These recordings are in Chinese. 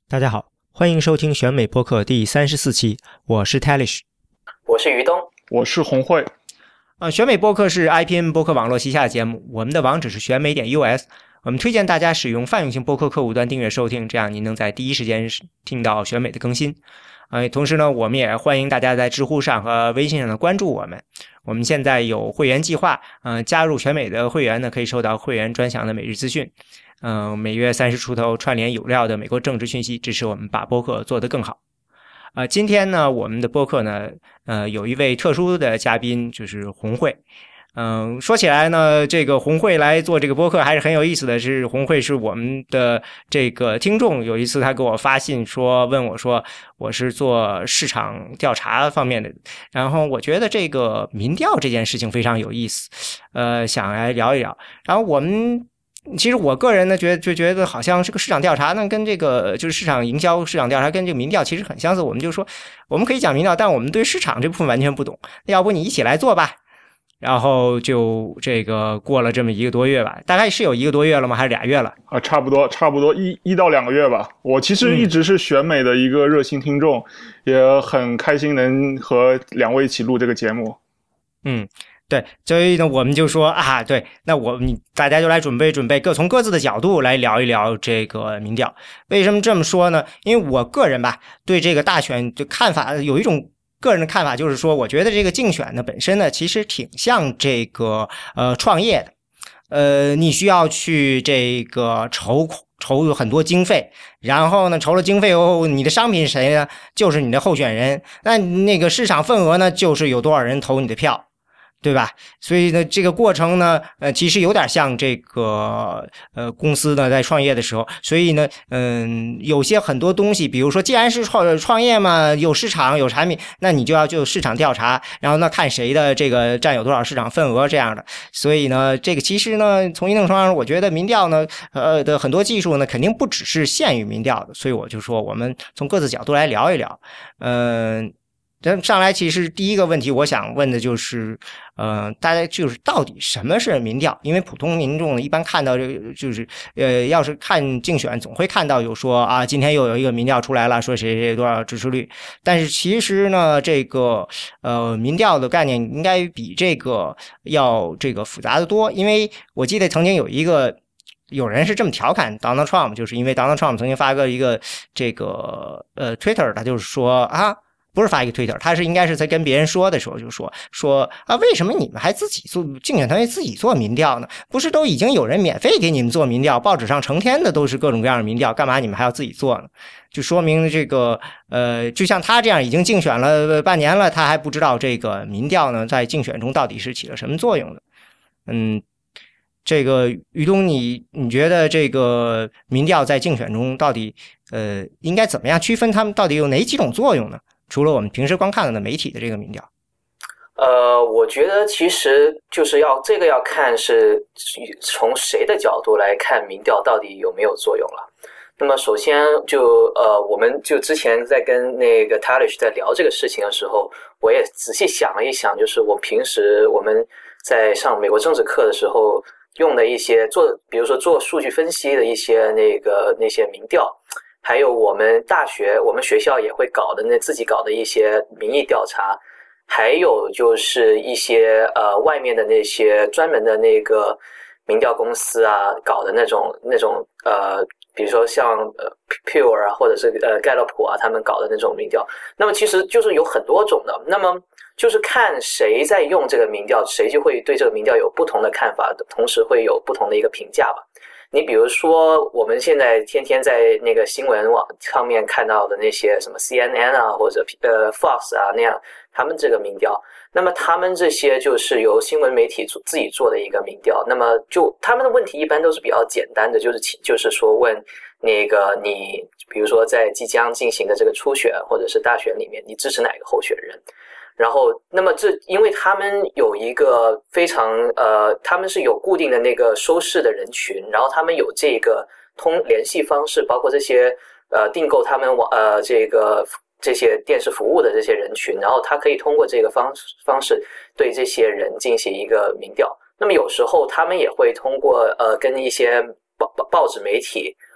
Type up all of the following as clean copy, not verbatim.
大家好，欢迎收听选美播客第34期，我是 Talish， 我是于东， 我是红慧。 选美播客是 IPN 播客网络旗下的节目，我们的网址是选美.us， 我们推荐大家使用泛用型播客客户端订阅收听，这样您能在第一时间听到选美的更新。同时呢，我们也欢迎大家在知乎上和微信上的关注我们。我们现在有会员计划，加入选美的会员呢，可以收到会员专享的每日资讯。每月30出头串联有料的美国政治讯息，支持我们把播客做得更好。今天呢，我们的播客呢，有一位特殊的嘉宾，就是红慧。说起来呢，这个红慧来做这个播客还是很有意思的。是红慧是我们的这个听众，有一次他给我发信说，问我说我是做市场调查方面的，然后我觉得这个民调这件事情非常有意思，想来聊一聊。然后其实我个人呢，觉得好像这个市场调查呢，跟这个就是市场营销、市场调查跟这个民调其实很相似。我们就说，我们可以讲民调，但我们对市场这部分完全不懂。要不你一起来做吧？然后就这个过了这么1个多月吧，大概是有1个多月了吗？还是2月了？ 差不多1到2个月吧。我其实一直是选美的一个热心听众，也很开心能和2位一起录这个节目。 对，所以呢，我们就说对，那大家就来准备，各从各自的角度来聊一聊这个民调。为什么这么说呢？因为我个人吧，对这个大选的看法有一种个人的看法，就是说，我觉得这个竞选呢本身呢，其实挺像这个创业的。你需要去这个筹很多经费，然后呢，筹了经费后，你的商品谁呢？就是你的候选人。那个市场份额呢，就是有多少人投你的票。对吧？所以呢，这个过程呢，其实有点像这个公司呢在创业的时候，所以呢，有些很多东西，比如说，既然是创业嘛，有市场有产品，那你就要市场调查，然后呢看谁的这个占有多少市场份额这样的。所以呢，这个其实呢，从一定程度上，我觉得民调呢，的很多技术呢，肯定不只是限于民调的。所以我就说，我们从各自角度来聊一聊，上来其实第一个问题我想问的就是，大家就是到底什么是民调？因为普通民众一般看到这个就是，要是看竞选，总会看到有说今天又有一个民调出来了，说谁谁多少支持率。但是其实呢，这个民调的概念应该比这个要这个复杂的多。因为我记得曾经有人是这么调侃 Donald Trump， 就是因为 Donald Trump 曾经发过一个这个Twitter， 他就是说不是发一个 Twitter， 他应该是在跟别人说的时候就说为什么你们还自己做竞选团队自己做民调呢？不是都已经有人免费给你们做民调，报纸上成天的都是各种各样的民调，干嘛你们还要自己做呢？就说明这个就像他这样已经竞选了半年了，他还不知道这个民调呢在竞选中到底是起了什么作用的。这个于东，你觉得这个民调在竞选中到底应该怎么样区分他们到底有哪几种作用呢？除了我们平时光看到的媒体的这个民调。 我觉得其实就是要看是从谁的角度来看民调到底有没有作用了。那么首先我们就之前在跟那个 Talish 在聊这个事情的时候，我也仔细想了一想，就是平时我们在上美国政治课的时候用的一些比如说做数据分析的一些那些民调，还有我们学校也会搞的自己搞的一些民意调查，还有就是一些外面的那些专门的那个民调公司搞的那种比如说像Pure 或者是盖洛普他们搞的那种民调。那么其实就是有很多种的，那么就是看谁在用这个民调，谁就会对这个民调有不同的看法，同时会有不同的一个评价吧。你比如说我们现在天天在那个新闻网上面看到的那些什么 CNN 或者Fox 那样，他们这个民调，那么他们这些就是由新闻媒体自己做的一个民调，那么他们的问题一般都是比较简单的，就是说问那个你比如说在即将进行的这个初选或者是大选里面，你支持哪个候选人？然后那么因为他们有一个非常他们是有固定的那个收视的人群，然后他们有这个联系方式，包括这些订购他们这些电视服务的这些人群，然后他可以通过这个方式对这些人进行一个民调。那么有时候他们也会通过跟一些报纸媒体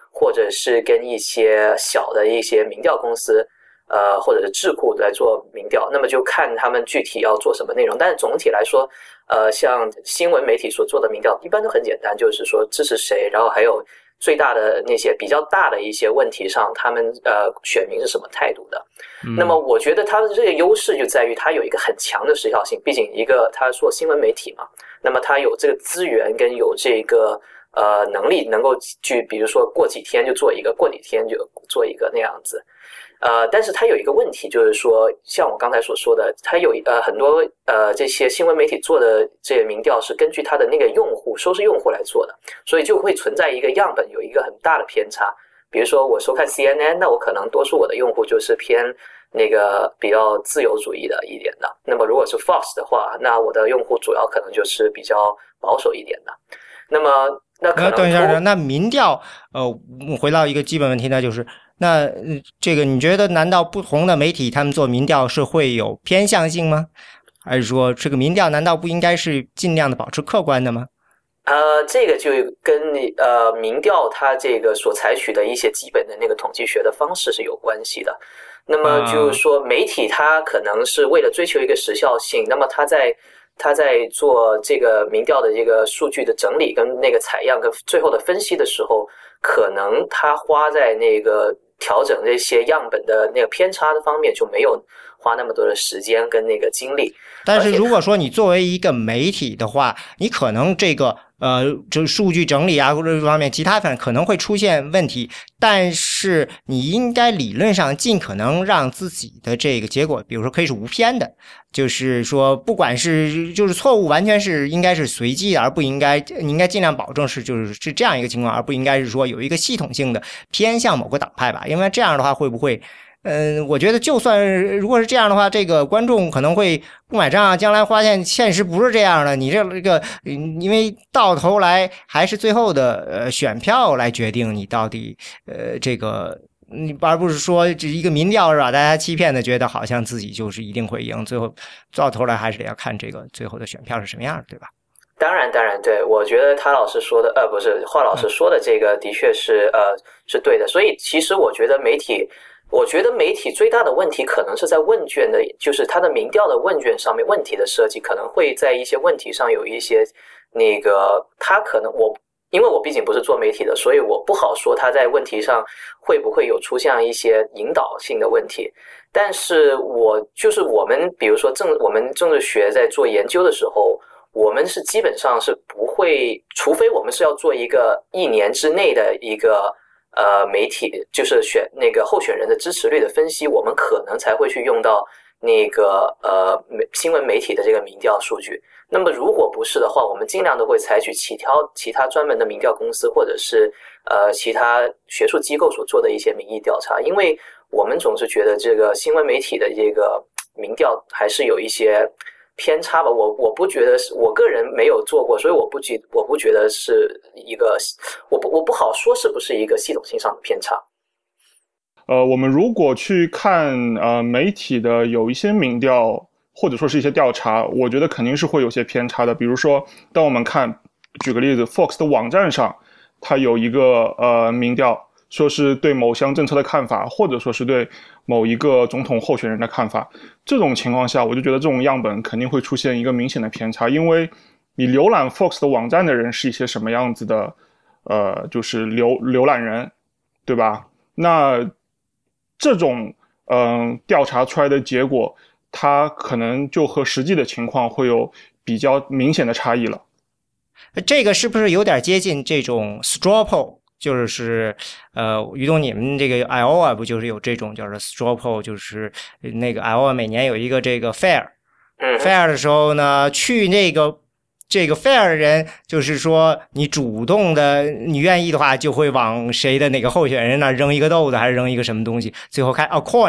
或者是跟一些小的一些民调公司或者是智库来做民调，那么就看他们具体要做什么内容。但是总体来说像新闻媒体所做的民调一般都很简单，就是说支持谁，然后还有最大的那些比较大的一些问题上，他们选民是什么态度的。那么我觉得它的这个优势就在于它有一个很强的时效性，毕竟一个它做新闻媒体嘛，那么它有这个资源跟有这个能力能够去比如说过几天就做一个，过几天就做一个那样子。但是它有一个问题，就是说像我刚才所说的，它有很多这些新闻媒体做的这些民调是根据它的那个用户收视用户来做的，所以就会存在一个样本有一个很大的偏差。比如说我收看 CNN， 那我可能多数我的用户就是偏那个比较自由主义的一点的，那么如果是 Fox 的话，那我的用户主要可能就是比较保守一点的。那么那可能等一下，那民调回到一个基本问题，那就是那这个你觉得难道不同的媒体他们做民调是会有偏向性吗？还是说这个民调难道不应该是尽量的保持客观的吗？ 这个就跟民调它这个所采取的一些基本的那个统计学的方式是有关系的。那么就是说媒体它可能是为了追求一个时效性，那么它在做这个民调的这个数据的整理跟那个采样跟最后的分析的时候，可能它花在那个调整这些样本的那个偏差的方面就没有花那么多的时间跟那个精力。 但是如果说你作为一个媒体的话，你可能这个这数据整理啊或者这方面其他方面可能会出现问题，但是你应该理论上尽可能让自己的这个结果比如说可以是无偏的，就是说不管是就是错误完全是应该是随机的，而不应该你应该尽量保证是就是这样一个情况，而不应该是说有一个系统性的偏向某个党派吧。因为这样的话会不会我觉得就算如果是这样的话，这个观众可能会不买账啊，将来发现现实不是这样的，你这个因为到头来还是最后的选票来决定你到底这个你而不是说这一个民调是吧，大家欺骗的觉得好像自己就是一定会赢，最后到头来还是得要看这个最后的选票是什么样的，对吧？ 当然，对，我觉得他老师说的不是华老师说的这个的确是是对的。所以其实我觉得媒体最大的问题可能是在问卷的，就是它的民调的问卷上面问题的设计可能会在一些问题上有一些那个，它可能因为我毕竟不是做媒体的，所以我不好说它在问题上会不会有出现一些引导性的问题。但是我们比如说我们政治学在做研究的时候，我们是基本上是不会，除非我们是要做一个1年之内的一个媒体就是选那个候选人的支持率的分析，我们可能才会去用到那个新闻媒体的这个民调数据。那么如果不是的话，我们尽量都会采取其他专门的民调公司或者是其他学术机构所做的一些民意调查，因为我们总是觉得这个新闻媒体的这个民调还是有一些偏差吧。我不觉得是，我个人没有做过，所以我不觉得是一个，我不好说是不是一个系统性上的偏差。 我们如果去看媒体的有一些民调或者说是一些调查，我觉得肯定是会有些偏差的。比如说当我们举个例子 Fox 的网站上，它有一个民调说是对某项政策的看法，或者说是对某一个总统候选人的看法，这种情况下我就觉得这种样本肯定会出现一个明显的偏差。因为你浏览 Fox 的网站的人是一些什么样子的就是浏览人，对吧？那这种调查出来的结果，它可能就和实际的情况会有比较明显的差异了。 这个是不是有点接近这种 straw poll？ 就是于东你们这个 Iowa 不就是有这种叫做 straw poll， 就是那个 Iowa 每年有一个这个 fair 的时候呢，去这个 fair 的人，就是说你主动的你愿意的话就会往谁的哪个候选人那扔一个豆子还是扔一个什么东西，最后看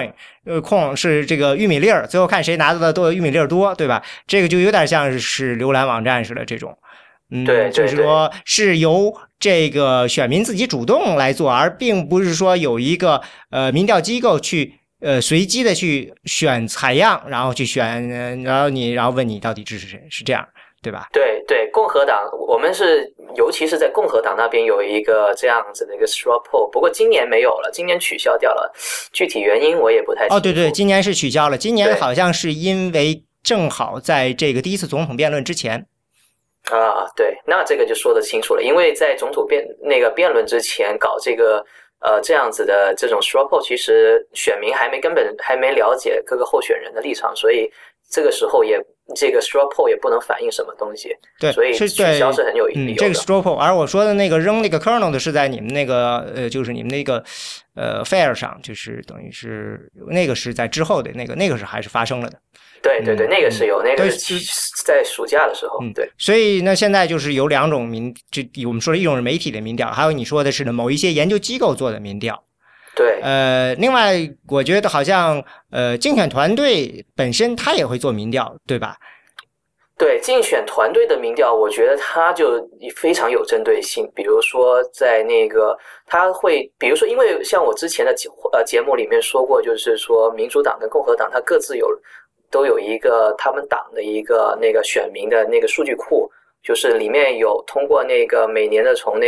coin 是这个玉米粒儿，最后看谁拿到的多玉米粒儿多，对吧？这个就有点像是浏览网站似的这种。 对， 就是说是由这个选民自己主动来做，而并不是说有一个民调机构去随机的去选采样，然后去选然后问你到底支持谁，是这样。 对吧？ 对对，共和党我们是尤其是在共和党那边有一个这样子的一个 straw poll， 不过今年没有了，今年取消掉了，具体原因我也不太清楚。 对对，今年是取消了，今年好像是因为正好在这个第一次总统辩论之前。 对，那这个就说得清楚了，因为在总统辩论之前搞这个这样子的这种 straw poll， 其实选民根本还没了解各个候选人的立场，所以这个时候这个 straw poll 也不能反映什么东西， 对， 所以取消是很有理由的。 这个 straw poll， 而我说的那个扔那个 kernel 的是在你们那个就是你们那个fair 上，就是等于是那个是在之后的那个是还是发生了的。 对对对，那个是有，那个是在暑假的时候，对。 所以呢，现在就是有两种我们说的一种是媒体的民调，还有你说的是某一些研究机构做的民调。 对。 另外我觉得好像竞选团队本身他也会做民调，对吧？ 对，竞选团队的民调，我觉得它就非常有针对性。比如说，在那个他会，比如说，因为像我之前的节目里面说过，就是说民主党跟共和党，它各自都有一个他们党的一个那个选民的那个数据库，就是里面有通过那个每年的从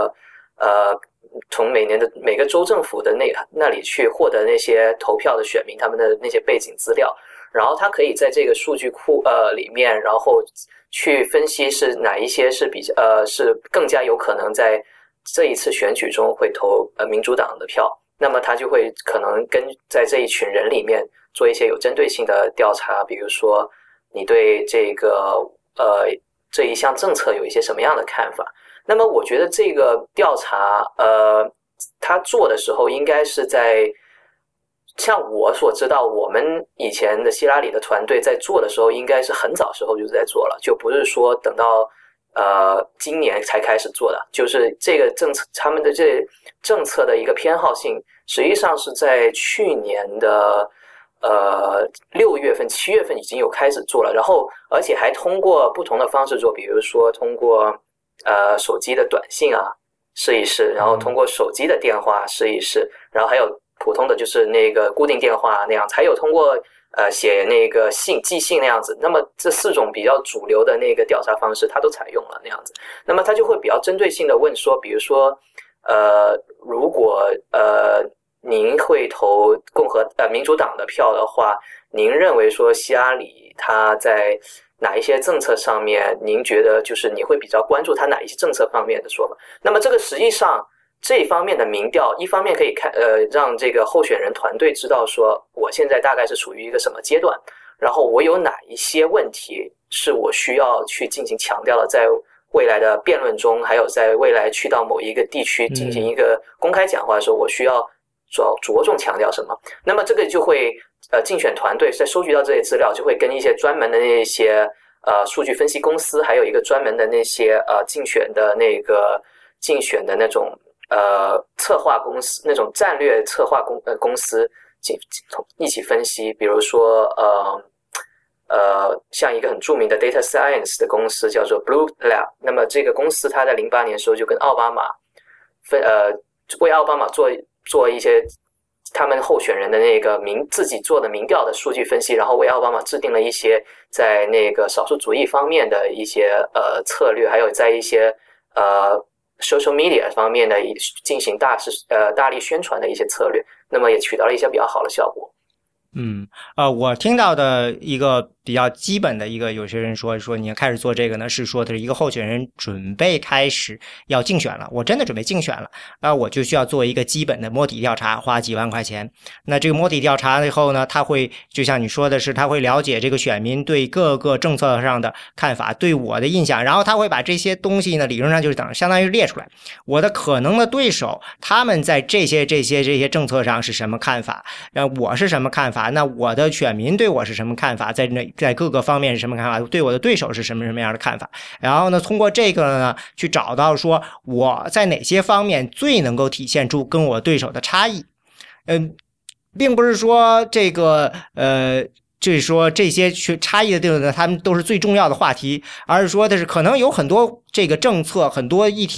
每年的每个州政府的那里去获得那些投票的选民他们的那些背景资料，然后他可以在这个数据库里面，然后去分析是哪一些是是更加有可能在这一次选举中会投民主党的票，那么他就会可能在这一群人里面做一些有针对性的调查，比如说你对这个这一项政策有一些什么样的看法。那么我觉得这个调查他做的时候应该是在像我所知道，我们以前的希拉里的团队在做的时候应该是很早时候就在做了，就不是说等到今年才开始做的，就是这个政策他们的这政策的一个偏好性实际上是在去年的6月份7月份已经有开始做了，然后而且还通过不同的方式做，比如说通过手机的短信试一试，然后通过手机的电话试一试，然后还有普通的就是那个固定电话那样，还有通过写那个寄信那样子。那么这4种比较主流的那个调查方式它都采用了那样子，那么它就会比较针对性的问说，比如说如果您会投民主党的票的话，您认为说希拉里他在哪一些政策上面您觉得就是你会比较关注他哪一些政策方面的说法。那么这个实际上这一方面的民调一方面可以让这个候选人团队知道说我现在大概是处于一个什么阶段，然后我有哪一些问题是我需要去进行强调的，在未来的辩论中，还有在未来去到某一个地区进行一个公开讲话的时候，我需要着重强调什么。那么这个就会竞选团队在收集到这些资料，就会跟一些专门的那些数据分析公司，还有一个专门的那些竞选的那种策划公司，那种战略策划公司一起分析。比如说像一个很著名的 data science 的公司叫做 Blue Lab， 那么这个公司它在08年的时候就跟奥巴马为奥巴马做一些他们候选人的那个自己做的民调的数据分析，然后为奥巴马制定了一些在那个少数族裔方面的一些策略，还有在一些social media 方面的进行大力宣传的一些策略，那么也取得了一些比较好的效果。 我听到的一个比较基本的一个，有些人说你要开始做这个呢，是说的是一个候选人准备开始要竞选了，我真的准备竞选了，我就需要做一个基本的摸底调查，花几万块钱。那这个摸底调查以后呢，他会就像你说的是，他会了解这个选民对各个政策上的看法，对我的印象，然后他会把这些东西呢，理论上就是相当于列出来，我的可能的对手他们在这些政策上是什么看法，我是什么看法，那我的选民对我是什么看法，在各个方面是什么看法，对我的对手是什么样的看法，然后呢通过这个呢去找到说我在哪些方面最能够体现出跟我对手的差异。并不是说这个就是说这些差异的地方呢，他们都是最重要的话题，而是说的是可能有很多这个政策很多议题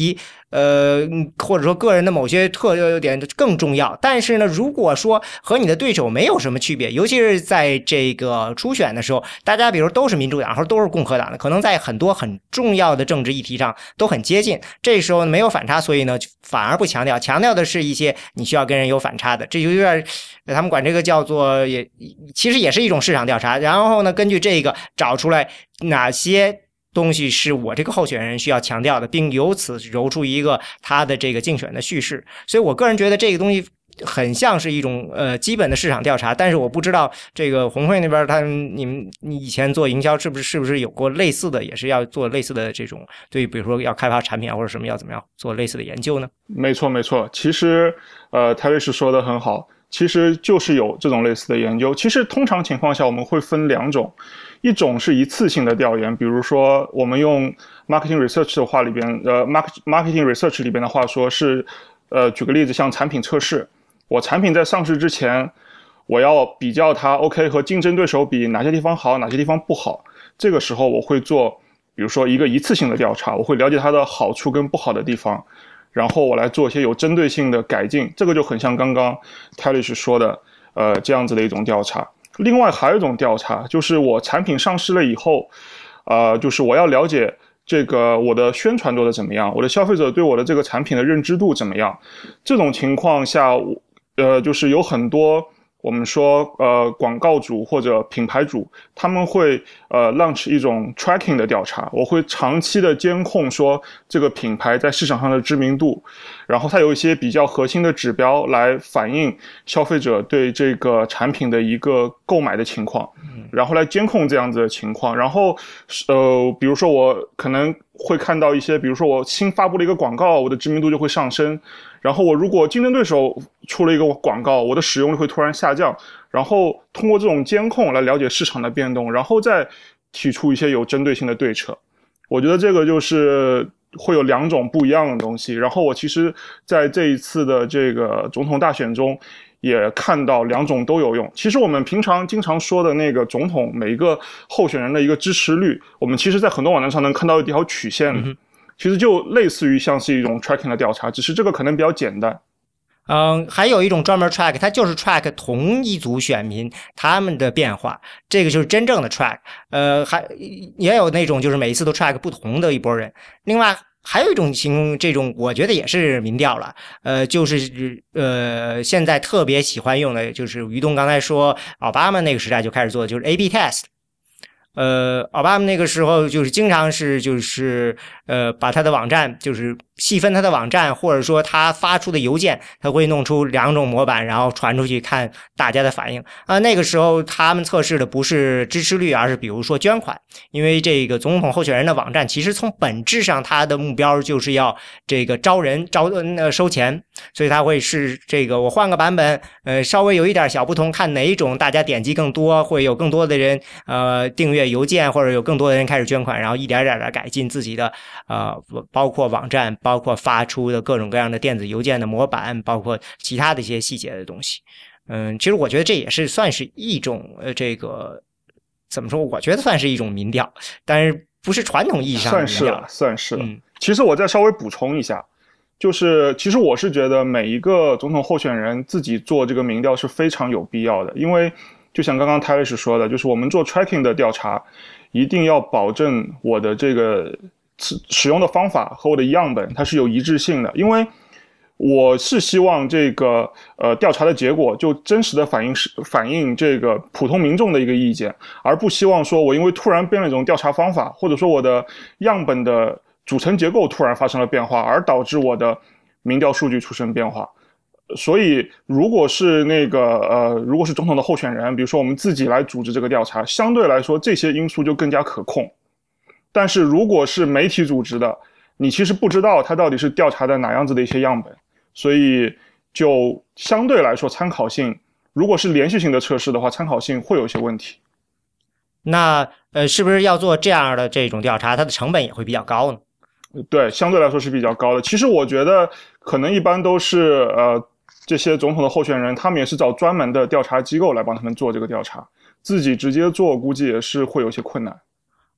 或者说个人的某些特点更重要。但是呢，如果说和你的对手没有什么区别，尤其是在这个初选的时候，大家比如都是民主党或者都是共和党的，可能在很多很重要的政治议题上都很接近，这时候没有反差，所以呢反而不强调，强调的是一些你需要跟人有反差的，这就有点他们管这个叫做其实也是一种市场调查。然后呢，根据这个找出来哪些东西是我这个候选人需要强调的，并由此揉出一个他的这个竞选的叙事。所以我个人觉得这个东西很像是一种基本的市场调查，但是我不知道这个红会那边你以前做营销是不是有过类似的，也是要做类似的这种对，比如说要开发产品啊或者什么要怎么样做类似的研究呢？ 没错，其实泰瑞士说的很好，其实就是有这种类似的研究。其实通常情况下我们会分两种，一种是一次性的调研，比如说我们用 marketing research 的话里边marketing research 里边的话说是举个例子，像产品测试，我产品在上市之前我要比较它 OK 和竞争对手比哪些地方好哪些地方不好，这个时候我会做比如说一个一次性的调查，我会了解它的好处跟不好的地方，然后我来做一些有针对性的改进，这个就很像刚刚 Talish 说的这样子的一种调查。另外还有一种调查，就是我产品上市了以后就是我要了解这个我的宣传做的怎么样，我的消费者对我的这个产品的认知度怎么样。这种情况下就是有很多我们说广告主或者品牌主，他们会launch 一种 tracking 的调查，我会长期的监控说这个品牌在市场上的知名度，然后它有一些比较核心的指标来反映消费者对这个产品的一个购买的情况，然后来监控这样子的情况。然后比如说我可能会看到一些，比如说我新发布了一个广告，我的知名度就会上升，然后我如果竞争对手出了一个广告，我的使用率会突然下降，然后通过这种监控来了解市场的变动，然后再提出一些有针对性的对策。我觉得这个就是会有两种不一样的东西。然后我其实在这一次的这个总统大选中也看到两种都有用。其实我们平常经常说的那个总统每一个候选人的一个支持率，我们其实在很多网站上能看到一条曲线的，其实就类似于像是一种 tracking 的调查，只是这个可能比较简单。 还有一种专门 track， 它就是 track 同一组选民他们的变化，这个就是真正的 track。也有那种就是每一次都 track 不同的一波人。另外还有一种这种我觉得也是民调了，就是现在特别喜欢用的，就是于东刚才说奥巴马那个时代就开始做的，就是 A/B test。奥巴马那个时候就是经常是把他的网站就是细分他的网站，或者说他发出的邮件，他会弄出两种模板，然后传出去看大家的反应。那个时候他们测试的不是支持率，而是比如说捐款，因为这个总统候选人的网站其实从本质上他的目标就是要这个收钱，所以他会是这个我换个版本，稍微有一点小不同，看哪一种大家点击更多，会有更多的人订阅邮件，或者有更多的人开始捐款，然后一点点的改进自己的包括网站，包括发出的各种各样的电子邮件的模板，包括其他的一些细节的东西。其实我觉得这也是算是一种这个怎么说？我觉得算是一种民调，但是不是传统意义上的民调， 算是了。其实我再稍微补充一下，就是其实我是觉得每一个总统候选人自己做这个民调是非常有必要的，因为就像刚刚 Talish 说的，就是我们做 tracking 的调查，一定要保证我的这个使用的方法和我的样本它是有一致性的，因为我是希望这个调查的结果就真实的反映这个普通民众的一个意见，而不希望说我因为突然变了一种调查方法，或者说我的样本的组成结构突然发生了变化，而导致我的民调数据出现变化。所以如果是如果是总统的候选人，比如说我们自己来组织这个调查，相对来说这些因素就更加可控。但是如果是媒体组织的，你其实不知道它到底是调查的哪样子的一些样本，所以就相对来说参考性，如果是连续性的测试的话，参考性会有一些问题。 那是不是要做这样的这种调查，它的成本也会比较高呢？ 对，相对来说是比较高的。其实我觉得可能一般都是这些总统的候选人，他们也是找专门的调查机构来帮他们做这个调查，自己直接做估计也是会有些困难。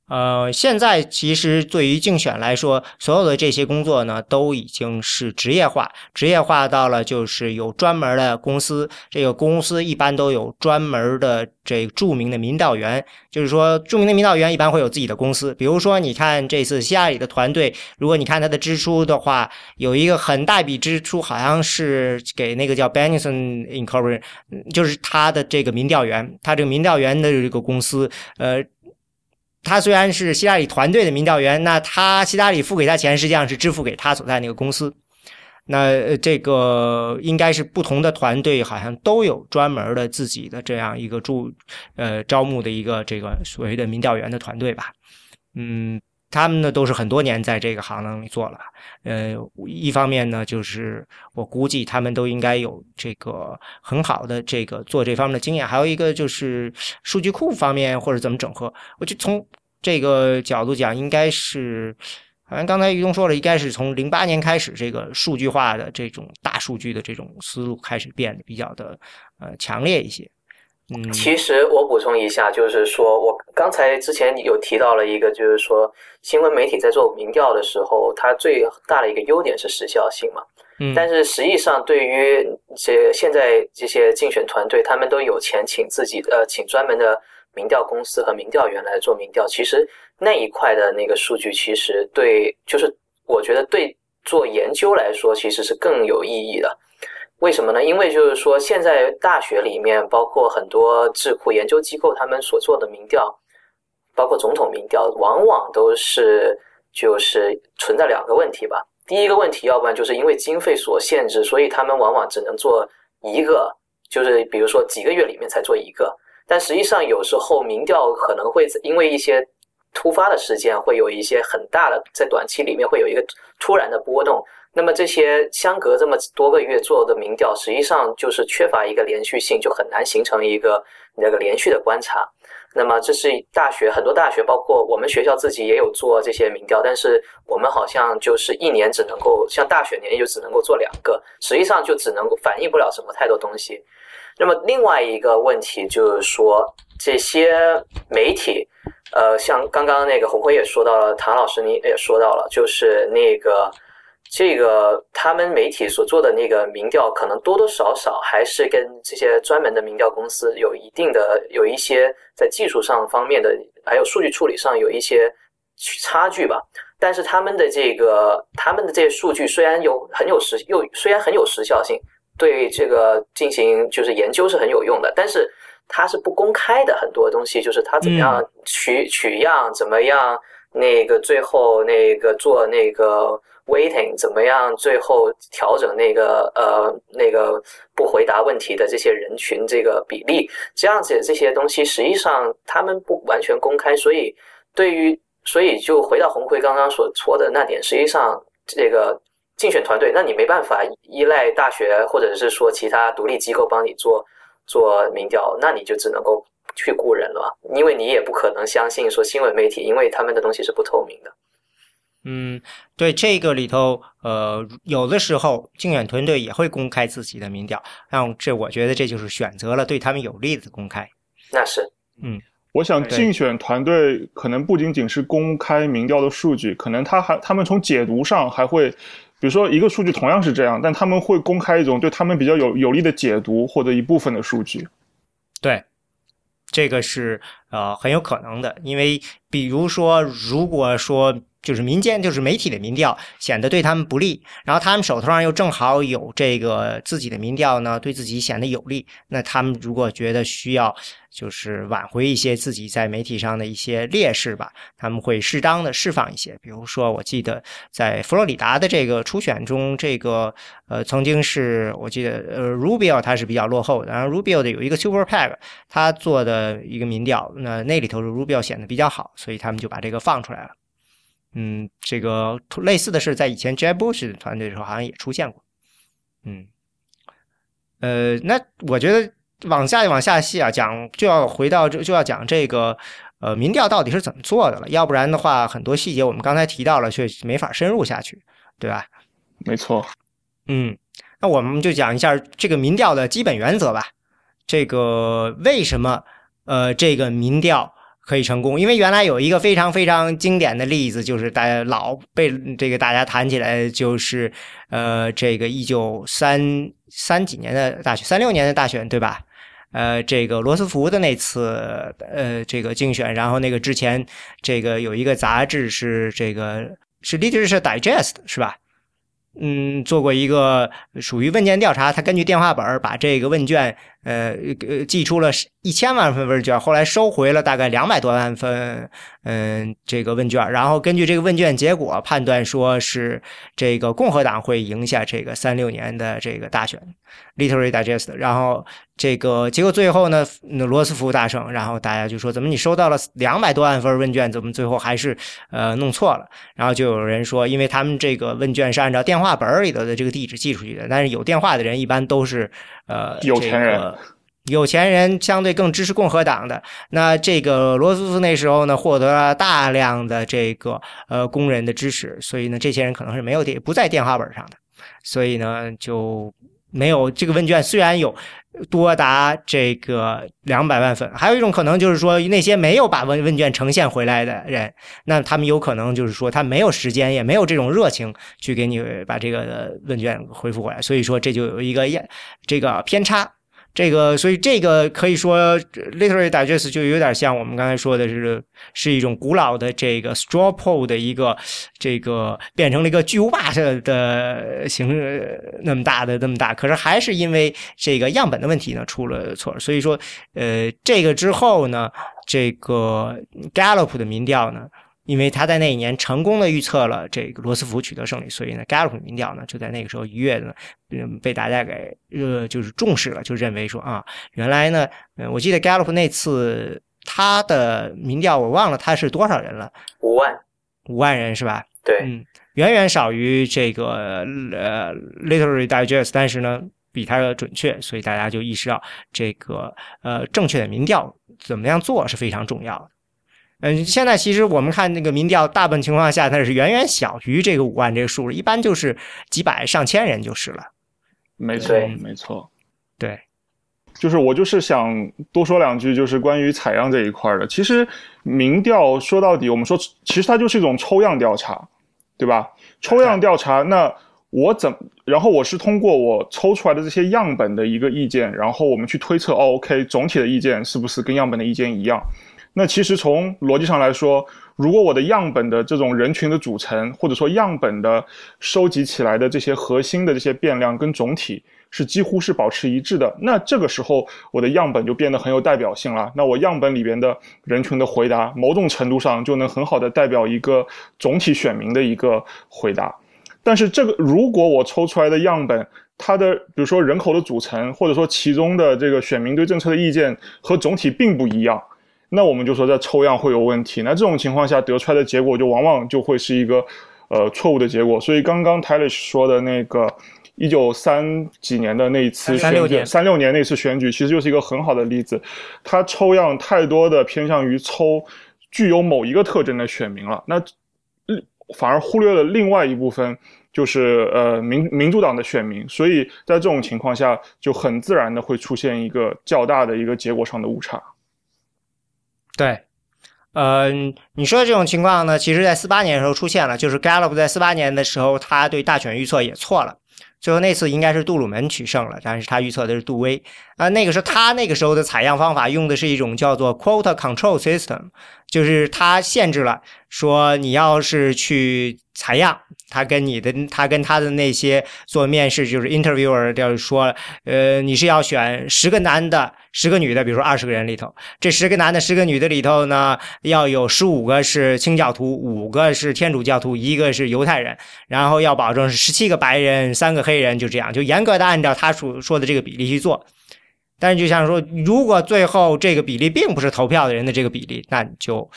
现在其实对于竞选来说，所有的这些工作呢，都已经是职业化到了就是有专门的公司，这个公司一般都有专门的这个著名的民调员，就是说著名的民调员一般会有自己的公司。比如说，你看这次希拉里的团队，如果你看他的支出的话，有一个很大笔支出，好像是给那个叫 Benison Incorporated， 就是他的这个民调员，他这个民调员的这个公司，他虽然是希拉里团队的民调员，那希拉里付给他钱，实际上是支付给他所在那个公司。那这个应该是不同的团队好像都有专门的自己的这样一个招募的一个这个所谓的民调员的团队吧。他们呢都是很多年在这个行当里做了吧。一方面呢，就是我估计他们都应该有这个很好的这个做这方面的经验，还有一个就是数据库方面或者怎么整合。我就从这个角度讲，应该是好像刚才于东说了，应该是从08年开始，这个数据化的这种大数据的这种思路开始变得比较的强烈一些。 其实我补充一下，就是说我刚才之前有提到了一个，就是说新闻媒体在做民调的时候，它最大的一个优点是时效性嘛。但是实际上对于现在这些竞选团队，他们都有钱请请专门的民调公司和民调员来做民调，其实那一块的那个数据，其实就是我觉得对做研究来说，其实是更有意义的。为什么呢？因为就是说现在大学里面包括很多智库研究机构他们所做的民调，包括总统民调，往往都是就是存在两个问题吧。第一个问题，要不然就是因为经费所限制，所以他们往往只能做一个，就是比如说几个月里面才做一个。但实际上有时候民调可能会因为一些突发的事件，会有一些很大的，在短期里面会有一个突然的波动。那么这些相隔这么多个月做的民调，实际上就是缺乏一个连续性，就很难形成一个那个连续的观察。那么这是很多大学，包括我们学校自己也有做这些民调，但是我们好像就是一年只能够像大选年就只能够做2个，实际上就只能够反映不了什么太多东西。那么另外一个问题就是说，这些媒体像刚刚那个洪辉也说到了，唐老师你也说到了，就是这个他们媒体所做的那个民调，可能多多少少还是跟这些专门的民调公司有一些在技术上方面的，还有数据处理上有一些差距吧。但是他们的这些数据虽然很有时效性，对这个进行就是研究是很有用的，但是它是不公开的，很多东西就是它怎么样取样，怎么样那个最后那个做那个weighting， 怎么样最后调整那个不回答问题的这些人群这个比例，这样子这些东西实际上他们不完全公开，所以就回到洪辉刚刚所说的那点，实际上这个竞选团队，那你没办法依赖大学或者是说其他独立机构帮你做民调，那你就只能够去雇人了，因为你也不可能相信说新闻媒体，因为他们的东西是不透明的。 对，这个里头有的时候竞选团队也会公开自己的民调，我觉得这就是选择了对他们有利的公开。 那是我想竞选团队可能不仅仅是公开民调的数据，可能他们从解读上还会，比如说一个数据同样是这样，但他们会公开一种对他们比较有利的解读或者一部分的数据。 对，这个是很有可能的，因为比如说如果说就是民间就是媒体的民调显得对他们不利，然后他们手头上又正好有这个自己的民调呢对自己显得有利，那他们如果觉得需要就是挽回一些自己在媒体上的一些劣势吧，他们会适当的释放一些。比如说我记得在佛罗里达的这个初选中，这个曾经是我记得Rubio 他是比较落后的，然后 Rubio 的有一个 Super PAC 他做的一个民调，那里头 Rubio 显得比较好，所以他们就把这个放出来了。这个类似的事在以前 Jeb Bush 的团队的时候好像也出现过。那我觉得往下细啊讲，就要讲这个民调到底是怎么做的了，要不然的话很多细节我们刚才提到了却没法深入下去，对吧？ 没错。 那我们就讲一下这个民调的基本原则吧。这个为什么这个民调可以成功。因为原来有一个非常非常经典的例子，就是大家老被这个大家谈起来，就是这个1933几年的大选，36年的大选，对吧？这个罗斯福的那次这个竞选，然后那个之前这个有一个杂志是这个是 Literature Digest 是吧？做过一个属于问卷调查，他根据电话本把这个问卷寄出了1000万份问卷，后来收回了大概200多万份这个问卷，然后根据这个问卷结果判断说是这个共和党会赢下这个36年的这个大选 Literary Digest， 然后这个结果最后呢罗斯福大胜，然后大家就说怎么你收到了200多万份问卷，怎么最后还是弄错了，然后就有人说因为他们这个问卷是按照电话本里头的这个地址寄出去的，但是有电话的人一般都是有钱人。 有钱人相对更支持共和党的，那这个罗斯福那时候呢获得了大量的这个工人的支持，所以呢这些人可能是不在电话本上的，所以呢就没有这个问卷虽然有多达这个200万份，还有一种可能就是说那些没有把问卷呈现回来的人，那他们有可能就是说他没有时间也没有这种热情去给你把这个问卷回复回来，所以说这就有一个这个偏差。所以这个可以说 Literary Digest 就有点像我们刚才说的是一种古老的这个 straw poll 的一个这个变成了一个巨无霸的形式那么大，可是还是因为这个样本的问题呢出了错，所以说这个之后呢，这个 Gallup 的民调呢。因为他在那一年成功的预测了这个罗斯福取得胜利，所以呢 Gallup 民调呢就在那个时候一跃呢被大家给就是重视了，就认为说啊原来呢我记得 Gallup 那次他的民调我忘了他是多少人了，5万人是吧？ 对， 远远少于这个Literary Digest， 但是呢比它准确，所以大家就意识到这个正确的民调怎么样做是非常重要的。现在其实我们看那个民调，大部分情况下它是远远小于这个5万这个数，一般就是几百上千人就是了。 没错，没错， 对。 就是我就是想多说两句，就是关于采样这一块的。其实民调说到底，我们说其实它就是一种抽样调查，对吧？抽样调查，那然后我是通过我抽出来的这些样本的一个意见，然后我们去推测，OK， 总体的意见是不是跟样本的意见一样？那其实从逻辑上来说，如果我的样本的这种人群的组成，或者说样本的收集起来的这些核心的这些变量跟总体是几乎是保持一致的，那这个时候我的样本就变得很有代表性了。那我样本里边的人群的回答，某种程度上就能很好的代表一个总体选民的一个回答。但是这个如果我抽出来的样本，它的比如说人口的组成，或者说其中的这个选民对政策的意见和总体并不一样，那我们就说这抽样会有问题。那这种情况下得出来的结果就往往就会是一个错误的结果。所以刚刚 Tyler 说的那个1930几年的那一次选举，36年那次选举，其实就是一个很好的例子。它抽样太多的偏向于抽具有某一个特征的选民了，那反而忽略了另外一部分，就是民主党的选民。所以在这种情况下，就很自然的会出现一个较大的一个结果上的误差。 对，你说的这种情况呢，其实在48年的时候出现了，就是 Gallup 在48年的时候，他对大选预测也错了。最后那次应该是杜鲁门取胜了，但是他预测的是杜威那个是他那个时候的采样方法用的是一种叫做 quota control system， 就是他限制了说你要是去采样，他跟他的那些做面试就是 interviewer 就是说你是要选10个男的10个女的，比如说20个人里头，这10个男的10个女的里头呢，要有15个是清教徒，5个是天主教徒，1个是犹太人，然后要保证是17个白人3个黑人，就这样就严格的按照他说的这个比例去做。但是就像说如果最后这个比例并不是投票的人的这个比例，那就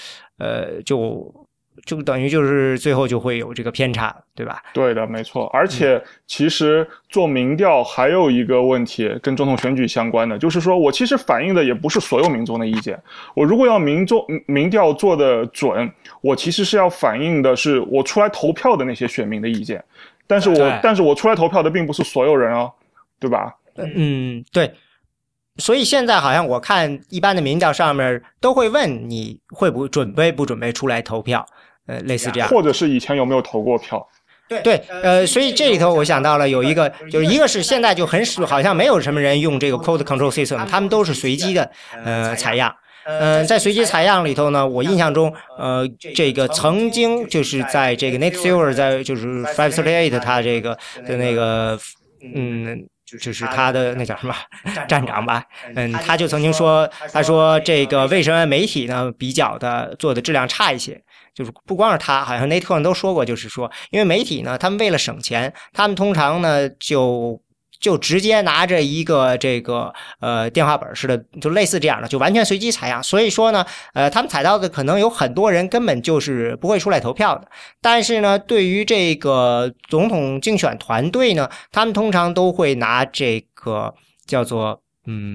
等于就是最后就会有这个偏差，对吧？对的，没错。而且其实做民调还有一个问题跟总统选举相关的，就是说我其实反映的也不是所有民众的意见。我如果要民调做的准，我其实是要反映的是我出来投票的那些选民的意见。但是我出来投票的并不是所有人对吧？ 对。 所以现在好像我看一般的民调上面都会问你会不准备出来投票，类似这样， 或者是以前有没有投过票。 对，所以这里头我想到了有一个，就是一个是现在就好像没有什么人用这个 quote control system， 他们都是随机的采样。在随机采样里头呢，我印象中，这个曾经就是在这个 Nate Silver 在就是 538他这个的那个，就是他的那叫什么站长吧，他就曾经说，他说这个为什么媒体呢比较的做的质量差一些。就是不光是他，好像内特都说过，就是说，因为媒体呢，他们为了省钱，他们通常呢就直接拿着一个这个电话本似的，就类似这样的，就完全随机采样。所以说呢，他们采到的可能有很多人根本就是不会出来投票的。但是呢，对于这个总统竞选团队呢，他们通常都会拿这个叫做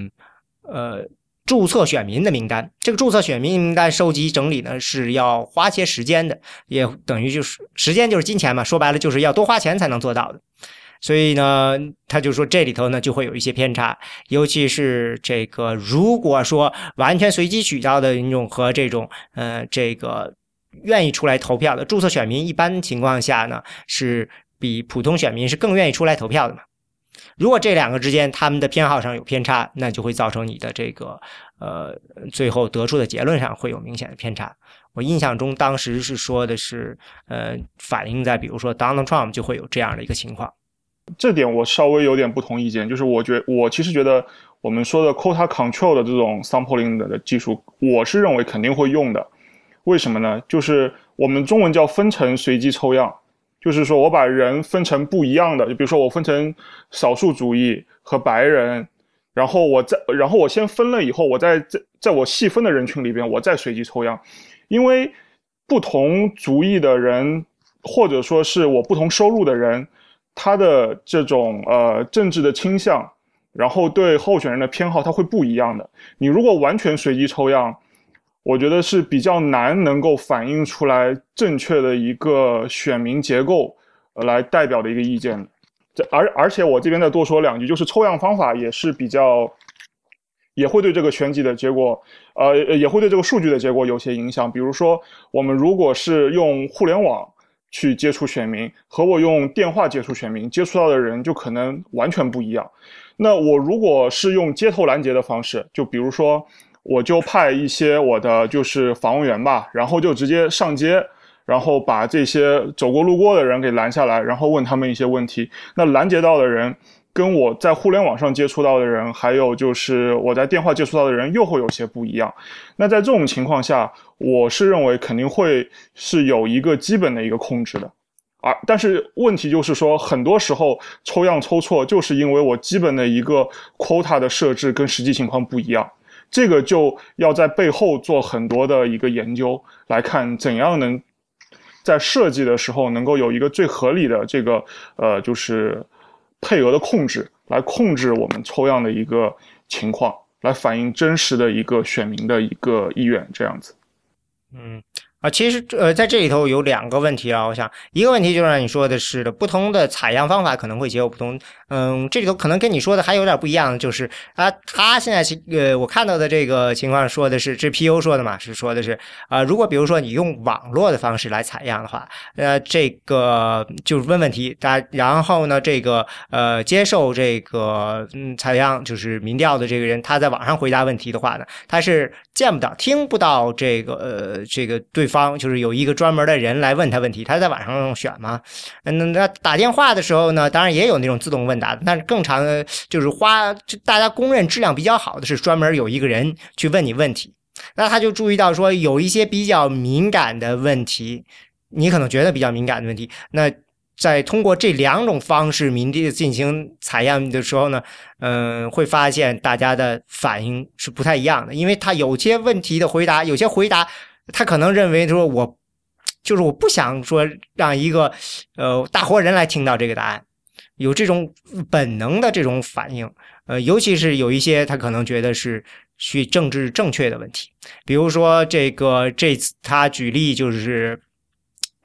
注册选民的名单，这个注册选民名单收集整理呢是要花些时间的，也等于就是时间就是金钱嘛，说白了就是要多花钱才能做到的。所以呢，他就说这里头呢就会有一些偏差，尤其是这个如果说完全随机取到的民众和这种这个愿意出来投票的注册选民，一般情况下呢是比普通选民是更愿意出来投票的嘛。如果这两个之间他们的偏好上有偏差，那就会造成你的这个最后得出的结论上会有明显的偏差。我印象中当时是说的是反映在比如说 Donald Trump 就会有这样的一个情况。 这点我稍微有点不同意见，就是我其实觉得我们说的 quota control 的这种 sampling 的技术，我是认为肯定会用的。为什么呢？就是我们中文叫分层随机抽样，就是说我把人分成不一样的，就比如说我分成少数族裔和白人，然后我先分了以后，我在我细分的人群里边，我再随机抽样。因为不同族裔的人，或者说是我不同收入的人，他的这种政治的倾向，然后对候选人的偏好，它会不一样的。你如果完全随机抽样，我觉得是比较难能够反映出来正确的一个选民结构来代表的一个意见。而且我这边再多说两句，就是抽样方法也是也会对这个选举的结果也会对这个数据的结果有些影响。比如说我们如果是用互联网去接触选民，和我用电话接触选民，接触到的人就可能完全不一样。那我如果是用街头拦截的方式，就比如说我就派一些我的就是访问员吧，然后就直接上街，然后把这些走过路过的人给拦下来，然后问他们一些问题。那拦截到的人跟我在互联网上接触到的人，还有就是我在电话接触到的人又会有些不一样。那在这种情况下，我是认为肯定会是有一个基本的一个控制的。但是问题就是说，很多时候抽样抽错，就是因为我基本的一个 quota 的设置跟实际情况不一样。这个就要在背后做很多的一个研究，来看怎样能在设计的时候能够有一个最合理的这个就是配额的控制，来控制我们抽样的一个情况，来反映真实的一个选民的一个意愿，这样子。 其实在这里头有两个问题啊，我想一个问题就是让你说的是的，不同的采样方法可能会结果不同。这里头可能跟你说的还有点不一样，就是他现在我看到的这个情况说的是，这 PO 说的嘛，是说的是如果比如说你用网络的方式来采样的话，这个就是问问题，然后呢这个接受这个采样就是民调的这个人，他在网上回答问题的话呢，他是见不到听不到这个对方就是有一个专门的人来问他问题，他在网上选吗？那打电话的时候呢，当然也有那种自动问答的，但是更长的就是大家公认质量比较好的是专门有一个人去问你问题。那他就注意到说有一些比较敏感的问题，你可能觉得比较敏感的问题，那在通过这两种方式民地进行采样的时候呢，会发现大家的反应是不太一样的，因为他有些问题的回答，有些回答他可能认为说我不想说让一个大活人来听到这个答案，有这种本能的这种反应，尤其是有一些他可能觉得是去政治正确的问题，比如说这次他举例就是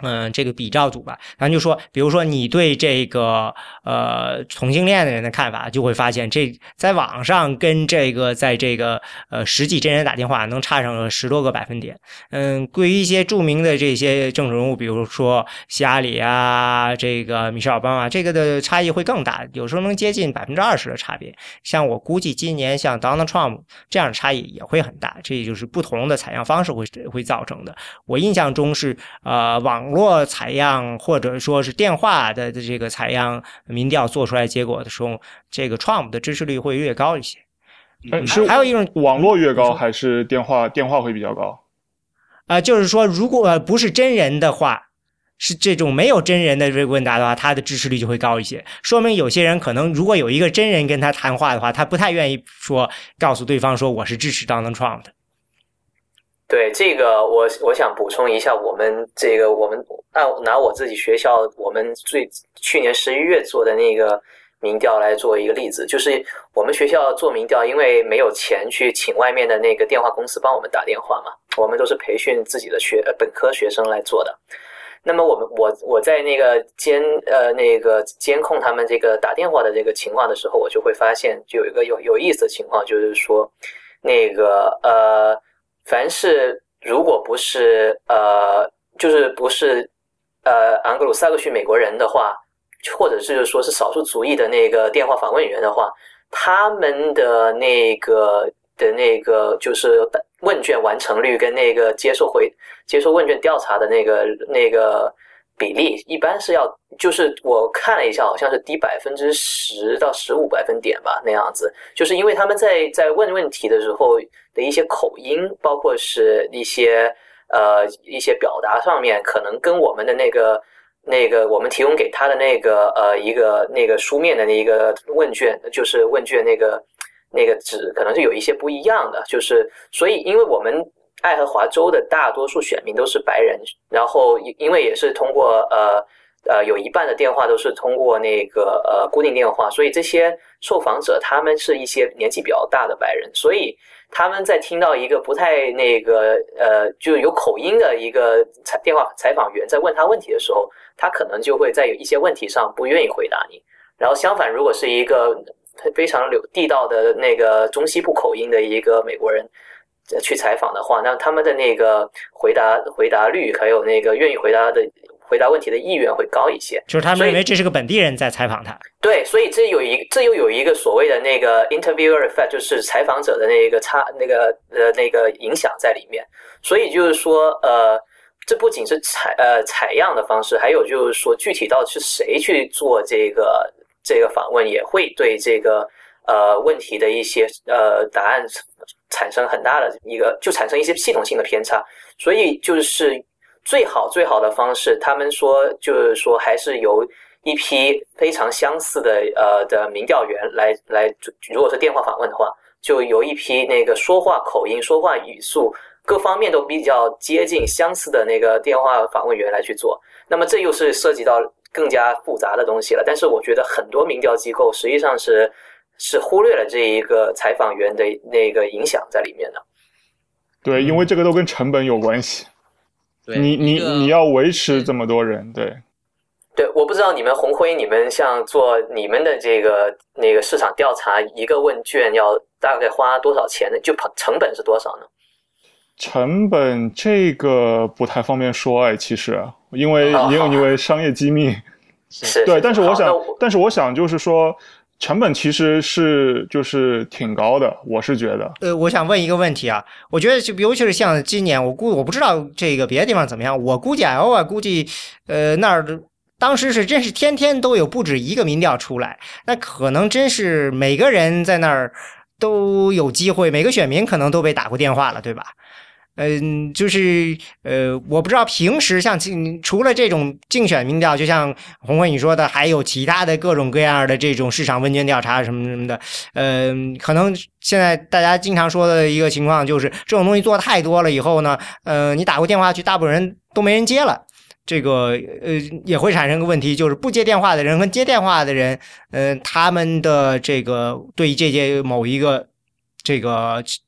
这个比照组吧，咱就说，比如说你对这个同性恋的人的看法，就会发现这在网上跟这个在这个实际真人打电话能差上10多个百分点。对于一些著名的这些政治人物，比如说希拉里啊，这个米歇尔·奥巴马，这个的差异会更大，有时候能接近20%的差别。像我估计今年像 Donald Trump 这样的差异也会很大，这也就是不同的采样方式会造成的。我印象中是网络采样或者说是电话的这个采样民调做出来结果的时候，这个 Trump 的支持率会越高一些。 是还有一种网络越高还是电话会比较高？ 就是说如果不是真人的话，是这种没有真人的问答的话，他的支持率就会高一些。说明有些人可能如果有一个真人跟他谈话的话，他不太愿意说告诉对方说我是支持 Donald Trump 的。 对这个我想补充一下，我们拿我自己学校我们去年11月做的那个民调来做一个例子，就是我们学校做民调，因为没有钱去请外面的那个电话公司帮我们打电话嘛，我们都是培训自己的本科学生来做的。那么我在那个监控他们这个打电话的这个情况的时候，我就会发现就有一个有意思的情况，就是说凡是如果不是就是不是盎格鲁撒克逊美国人的话，或者是说是少数族裔的那个电话访问员的话，他们的那个就是问卷完成率跟那个接受问卷调查的那个比例，一般是就是我看了一下，好像是低10%到15百分点吧，那样子。就是因为他们在问题的时候的一些口音，包括是一些表达上面，可能跟我们的那个我们提供给他的一个书面的那个问卷，就是问卷那个纸可能是有一些不一样的，就是所以因为我们爱荷华州的大多数选民都是白人，然后因为也是通过有一半的电话都是通过那个固定电话，所以这些受访者他们是一些年纪比较大的白人，所以他们在听到一个不太就有口音的一个电话采访员在问他问题的时候，他可能就会在有一些问题上不愿意回答你。然后相反，如果是一个非常地道的那个中西部口音的一个美国人去采访的话，那他们的那个回答率还有那个愿意回答问题的意愿会高一些， 就是他们认为这是个本地人在采访他。 对，所以这又有一个所谓的那个 interviewer effect， 就是采访者的那个影响在里面。所以就是说这不仅是采样的方式，还有就是说具体到是谁去做这个访问，也会对这个问题的一些答案产生很大的就产生一些系统性的偏差。所以就是最好的方式，他们说就是说还是由一批非常相似的民调员来，如果是电话访问的话，就由一批那个说话口音、说话语速各方面都比较接近相似的那个电话访问员来去做。那么这又是涉及到更加复杂的东西了，但是我觉得很多民调机构实际上是忽略了这一个采访员的那个影响在里面的。 对，因为这个都跟成本有关系。 对， 你要维持这么多人，对， 我不知道你们红辉，你们像做你们的那个市场调查，一个问卷要大概花多少钱呢？就成本是多少呢？ 成本这个不太方便说其实因为商业机密。 是对，但是我想就是说成本其实就是挺高的，我是觉得。 我想问一个问题啊，我觉得尤其是像今年，我不知道这个别的地方怎么样，我估计估计那儿当时是真是天天都有不止一个民调出来，那可能真是每个人在那儿都有机会，每个选民可能都被打过电话了，对吧？就是我不知道平时像除了这种竞选民调，就像红辉你说的，还有其他的各种各样的这种市场问卷调查什么什么的。可能现在大家经常说的一个情况就是这种东西做太多了以后呢，你打过电话去，大部分人都没人接了。这个也会产生个问题，就是不接电话的人和接电话的人，他们的这个对于这些某一个这个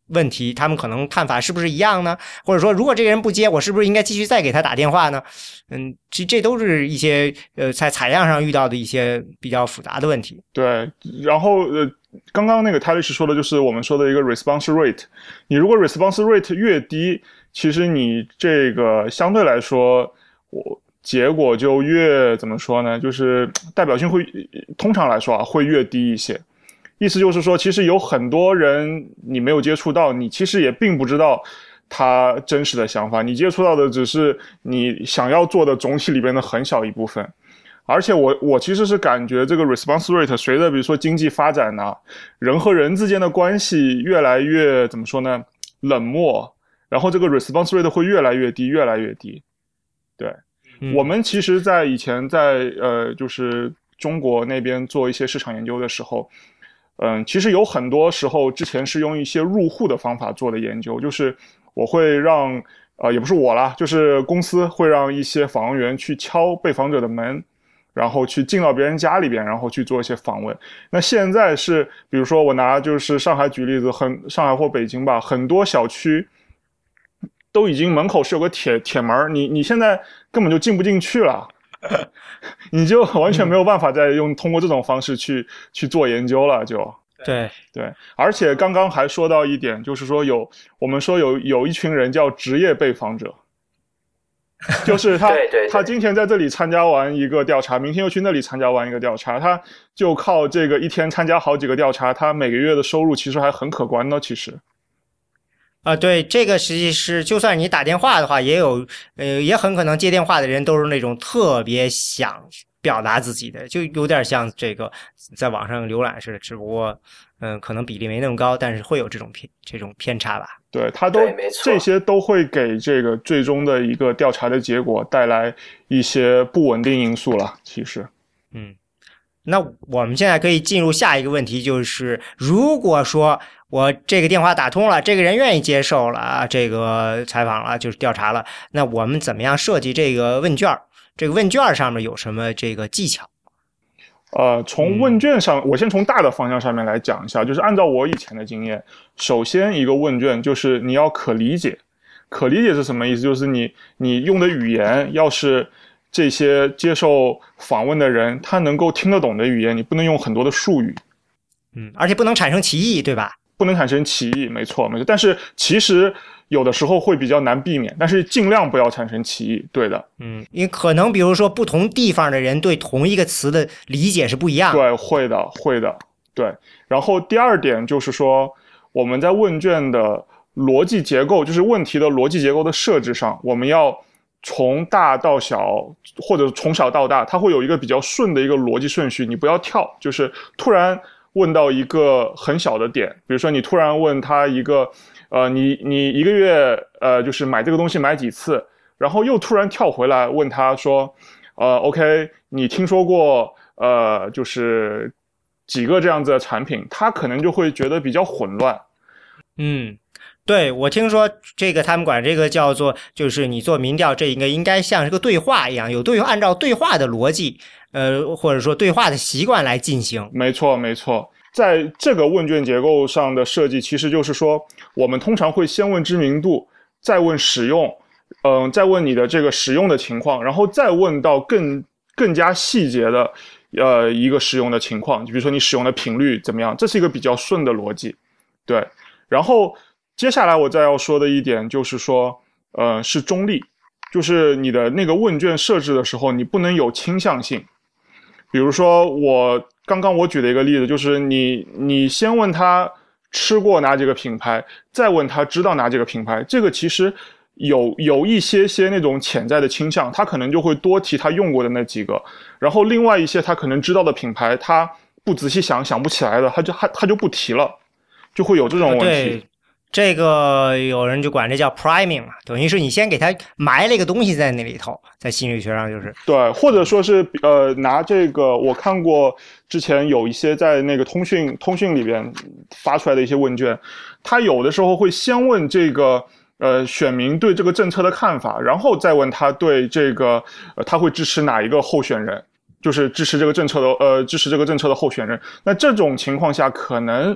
问题，他们可能看法是不是一样呢？或者说，如果这个人不接，我是不是应该继续再给他打电话呢？这都是一些在采样上遇到的一些比较复杂的问题。 对，然后刚刚那个 Talish 说的就是我们说的一个 response rate。你如果 response rate 越低，其实你这个相对来说，结果就越怎么说呢？就是代表性会通常来说啊会越低一些。意思就是说，其实有很多人你没有接触到，你其实也并不知道他真实的想法，你接触到的只是你想要做的总体里边的很小一部分。而且我其实是感觉这个 response rate 随着比如说经济发展啊，人和人之间的关系越来越怎么说呢，冷漠，然后这个 response rate 会越来越低，越来越低。对，我们其实在以前在就是中国那边做一些市场研究的时候，其实有很多时候之前是用一些入户的方法做的研究，就是我会让也不是我啦，就是公司会让一些访问员去敲被访者的门，然后去进到别人家里边，然后去做一些访问。那现在是比如说我拿就是上海举例子，上海或北京吧，很多小区都已经门口是有个铁门，你现在根本就进不进去了。你就完全没有办法再通过这种方式去做研究了，就对。 而且刚刚还说到一点，就是说我们说有一群人叫职业被访者，就是他今天在这里参加完一个调查，明天又去那里参加完一个调查，他就靠这个一天参加好几个调查，他每个月的收入其实还很可观的，其实。 对，这个实际是，就算你打电话的话，也很可能接电话的人都是那种特别想表达自己的，就有点像这个在网上浏览似的，只不过可能比例没那么高，但是会有这种偏差吧。 对，这些都会给这个最终的一个调查的结果带来一些不稳定因素了，其实。 那我们现在可以进入下一个问题，就是如果说我这个电话打通了，这个人愿意接受了这个采访了，就是调查了，那我们怎么样设计这个问卷？这个问卷上面有什么这个技巧？ 从问卷上，我先从大的方向上面来讲一下，就是按照我以前的经验，首先一个问卷就是你要可理解。可理解是什么意思？就是你用的语言要是这些接受访问的人他能够听得懂的语言，你不能用很多的术语。 而且不能产生歧义，对吧？ 不能产生歧义，没错。但是其实有的时候会比较难避免，但是尽量不要产生歧义，对的。 因为可能比如说不同地方的人对同一个词的理解是不一样的。 对，会的。对。然后第二点就是说，我们在问卷的逻辑结构，就是问题的逻辑结构的设置上，我们要从大到小，或者从小到大，它会有一个比较顺的一个逻辑顺序，你不要跳，就是突然问到一个很小的点，比如说你突然问他一个你一个月就是买这个东西买几次，然后又突然跳回来问他说OK 你听说过就是几个这样子的产品，他可能就会觉得比较混乱。 对，我听说这个他们管这个叫做，就是你做民调，这应该像是个对话一样，按照对话的逻辑，或者说对话的习惯来进行。没错。在这个问卷结构上的设计，其实就是说，我们通常会先问知名度，再问使用，再问你的这个使用的情况，然后再问到更加细节的一个使用的情况，比如说你使用的频率怎么样，这是一个比较顺的逻辑。对，然后接下来我再要说的一点就是说，是中立，就是你的那个问卷设置的时候，你不能有倾向性。比如说刚刚我举的一个例子，就是你先问他吃过哪几个品牌，再问他知道哪几个品牌，这个其实有一些那种潜在的倾向，他可能就会多提他用过的那几个，然后另外一些他可能知道的品牌，他不仔细想不起来的，他就不提了，就会有这种问题。对，这个有人就管这叫 priming 嘛，等于是你先给他埋了一个东西在那里头，在心理学上就是对，或者说是拿这个，我看过之前有一些在那个通讯里边发出来的一些问卷，他有的时候会先问这个选民对这个政策的看法，然后再问他对这个他会支持哪一个候选人，就是支持这个政策的候选人。那这种情况下可能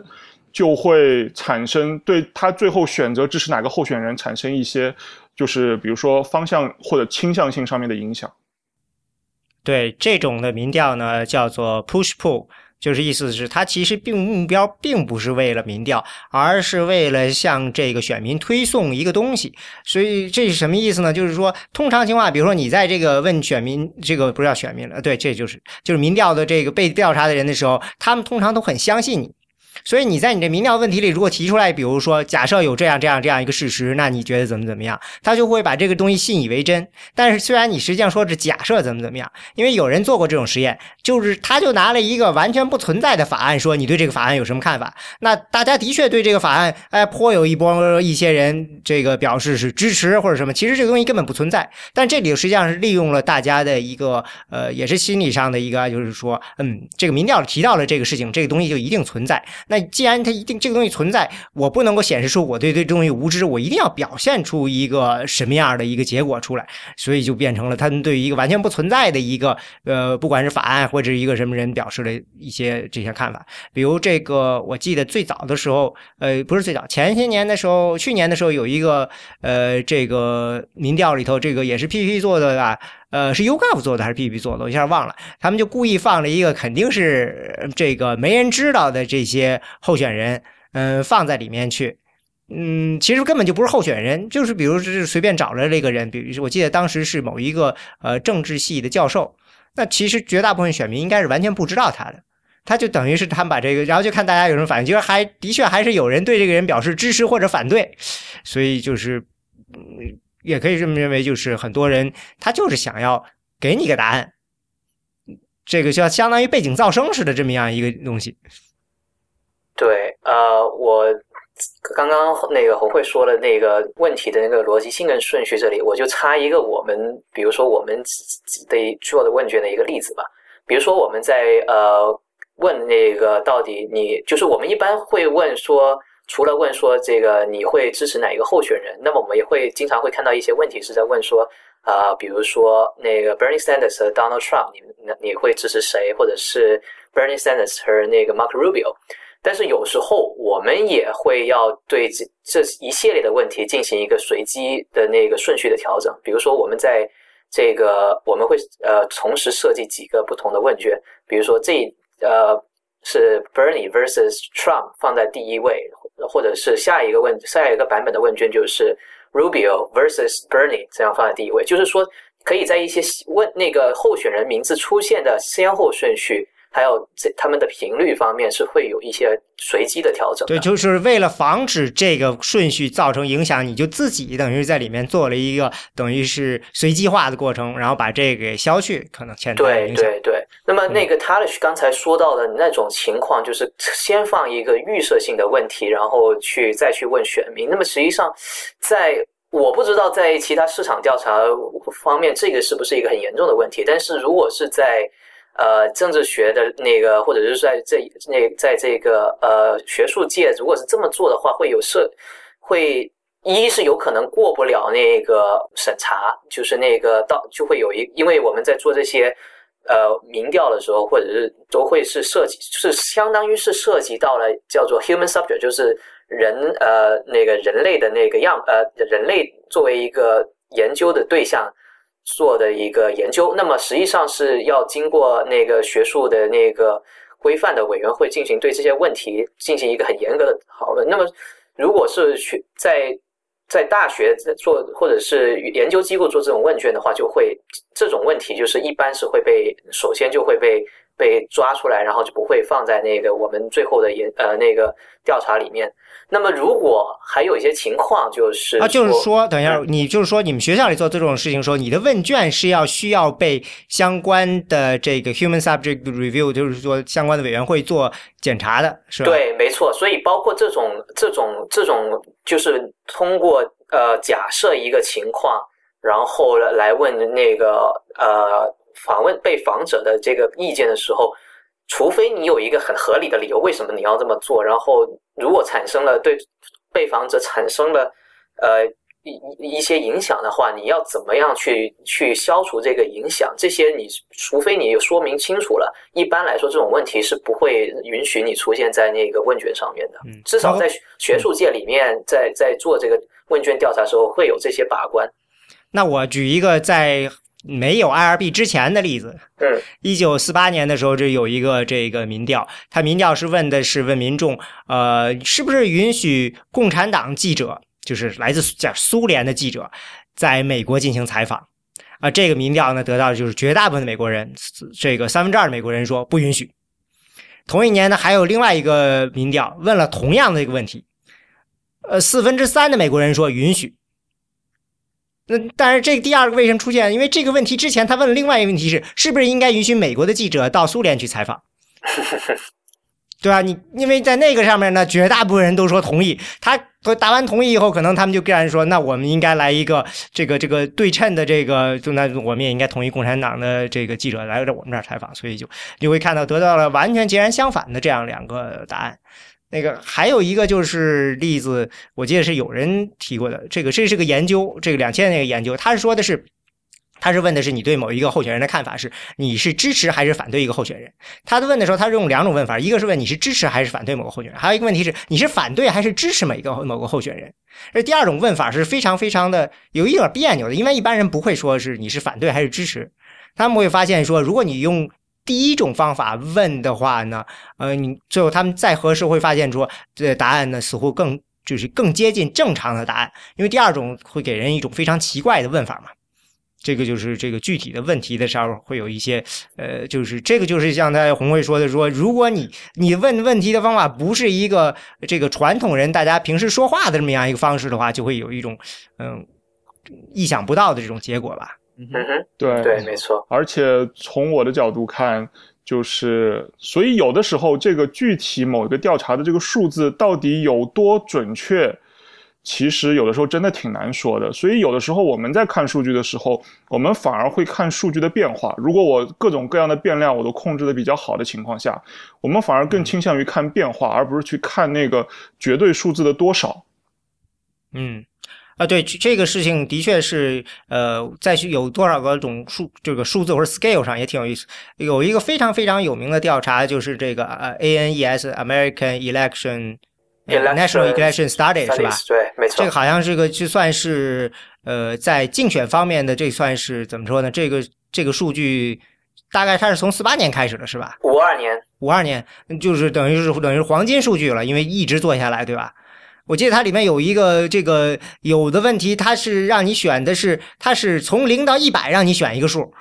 就会产生对他最后选择支持哪个候选人产生一些就是比如说方向或者倾向性上面的影响。 对，这种的民调呢叫做 push pull， 就是意思是它其实目标并不是为了民调，而是为了向这个选民推送一个东西。所以这是什么意思呢？就是说通常情况下，比如说你在这个问选民，这个不是叫选民了，对，这就是民调的这个被调查的人的时候，他们通常都很相信你。所以你在你的民调问题里如果提出来，比如说假设有这样一个事实，那你觉得怎么样，他就会把这个东西信以为真。但是虽然你实际上说是假设怎么样，因为有人做过这种实验，就是他就拿了一个完全不存在的法案，说你对这个法案有什么看法，那大家的确对这个法案颇有一些人这个表示是支持或者什么，其实这个东西根本不存在。但这里实际上是利用了大家的一个也是心理上的一个，就是说这个民调提到了这个事情，这个东西就一定存在。那既然它一定这个东西存在，我不能够显示出我对这东西无知，我一定要表现出一个什么样的一个结果出来，所以就变成了他们对于一个完全不存在的一个不管是法案或者一个什么人表示了一些这些看法。比如这个我记得最早的时候不是最早，前些年的时候，去年的时候有一个这个民调里头，这个也是 PPP 做的吧，是 YouGov 做的还是 PPP 做的，我一下忘了。他们就故意放了一个肯定是这个没人知道的这些候选人，放在里面去。其实根本就不是候选人，就是比如是随便找了这个人，比如我记得当时是某一个政治系的教授，那其实绝大部分选民应该是完全不知道他的。他就等于是他们把这个，然后就看大家有什么反应，就是的确还是有人对这个人表示支持或者反对，所以就是也可以这么认为，就是很多人他就是想要给你个答案，这个就相当于背景噪声似的这么样一个东西。 对，我刚刚那个洪慧说了那个问题的那个逻辑性跟顺序，这里我就插一个我们比如说我们的做的问卷的一个例子吧。比如说我们在问那个到底你就是我们一般会问说，除了问说这个你会支持哪一个候选人，那么我们也会经常会看到一些问题是在问说比如说那个 Bernie Sanders 和 Donald Trump 你会支持谁，或者是 Bernie Sanders 和那个 Marco Rubio。但是有时候我们也会要对这一系列的问题进行一个随机的那个顺序的调整。比如说我们在这个我们会同时设计几个不同的问卷，比如说是 Bernie versus Trump 放在第一位，或者是下一个版本的问卷就是 Rubio versus Bernie 这样放在第一位。就是说可以在一些那个候选人名字出现的先后顺序还有他们的频率方面是会有一些随机的调整的。 对，就是为了防止这个顺序造成影响，你就自己等于在里面做了一个等于是随机化的过程，然后把这个给消去可能潜在的影响。 对。那么那个 Talish 刚才说到的那种情况，就是先放一个预设性的问题，然后再去问选民。那么实际上我不知道在其他市场调查方面这个是不是一个很严重的问题，但是如果是在政治学的那个，或者是在这个学术界，如果是这么做的话，一是有可能过不了那个审查，就是那个就会因为我们在做这些民调的时候，或者是都会是相当于是涉及到了叫做 human subject， 就是那个人类的那个人类作为一个研究的对象做的一个研究，那么实际上是要经过那个学术的那个规范的委员会进行对这些问题进行一个很严格的讨论。那么如果是在大学做或者是研究机构做这种问卷的话，就会这种问题就是一般是首先就会被抓出来，然后就不会放在那个我们最后的那个调查里面。那么如果还有一些情况就是说等一下，你就是说你们学校里做这种事情说，你的问卷是需要被相关的这个 human subject review， 就是说相关的委员会做检查的，是吧？ 对，没错。所以包括这种就是通过假设一个情况，然后来问那个访问被访者的这个意见的时候，除非你有一个很合理的理由为什么你要这么做，然后如果产生了对被访者产生了一些影响的话，你要怎么样去消除这个影响？这些你除非你说明清楚了，一般来说这种问题是不会允许你出现在那个问卷上面的。至少在学术界里面，在做这个问卷调查的时候会有这些把关。 那我举一个在没有 IRB 之前的例子。1948年的时候，这有一个这个民调，他民调是问民众，是不是允许共产党记者，就是来自苏联的记者，在美国进行采访。这个民调呢，得到的就是绝大部分的美国人，这个2/3的美国人说不允许。同一年呢，还有另外一个民调问了同样的一个问题，3/4的美国人说允许。那但是这个第二个为什么出现？因为这个问题之前他问了另外一个问题是不是应该允许美国的记者到苏联去采访？对吧？因为在那个上面呢，绝大部分人都说同意。他答完同意以后，可能他们就跟人说，那我们应该来一个这个对称的这个，那我们也应该同意共产党的这个记者来我们这儿采访。所以你会看到得到了完全截然相反的这样两个答案。那个还有一个就是例子，我记得是有人提过的，这是个研究，这个2000年那个研究，他是问的是你对某一个候选人的看法，是你是支持还是反对一个候选人。他问的时候，他是用两种问法，一个是问你是支持还是反对某个候选人，还有一个问题是你是反对还是支持某个候选人。而第二种问法是非常非常的有一点别扭的，因为一般人不会说是你是反对还是支持，他们会发现说，如果你用第一种方法问的话呢，你最后他们再核实会发现说，这答案呢似乎更接近正常的答案，因为第二种会给人一种非常奇怪的问法嘛。这个就是这个具体的问题的时候会有一些就是像在红会说的，说如果你问问题的方法不是一个这个传统人大家平时说话的这么样一个方式的话，就会有一种意想不到的这种结果吧。 对， 没错。 而且从我的角度看，所以有的时候这个具体某一个调查的这个数字到底有多准确，其实有的时候真的挺难说的。所以有的时候我们在看数据的时候，我们反而会看数据的变化。如果我各种各样的变量我都控制的比较好的情况下，我们反而更倾向于看变化，而不是去看那个绝对数字的多少。 对，这个事情的确是在有多少个这个数字或者 scale 上也挺有意思。有一个非常非常有名的调查，就是这个ANES American National Election Study 是吧？ 对，没错。 这个好像是就算是在竞选方面的，这算是怎么说呢？这个数据大概它是从48年开始的是吧？52年，就是等于是黄金数据了，因为一直做下来，对吧？我记得它里面有一个有的问题，它是让你选的它是从0到100让你选一个数，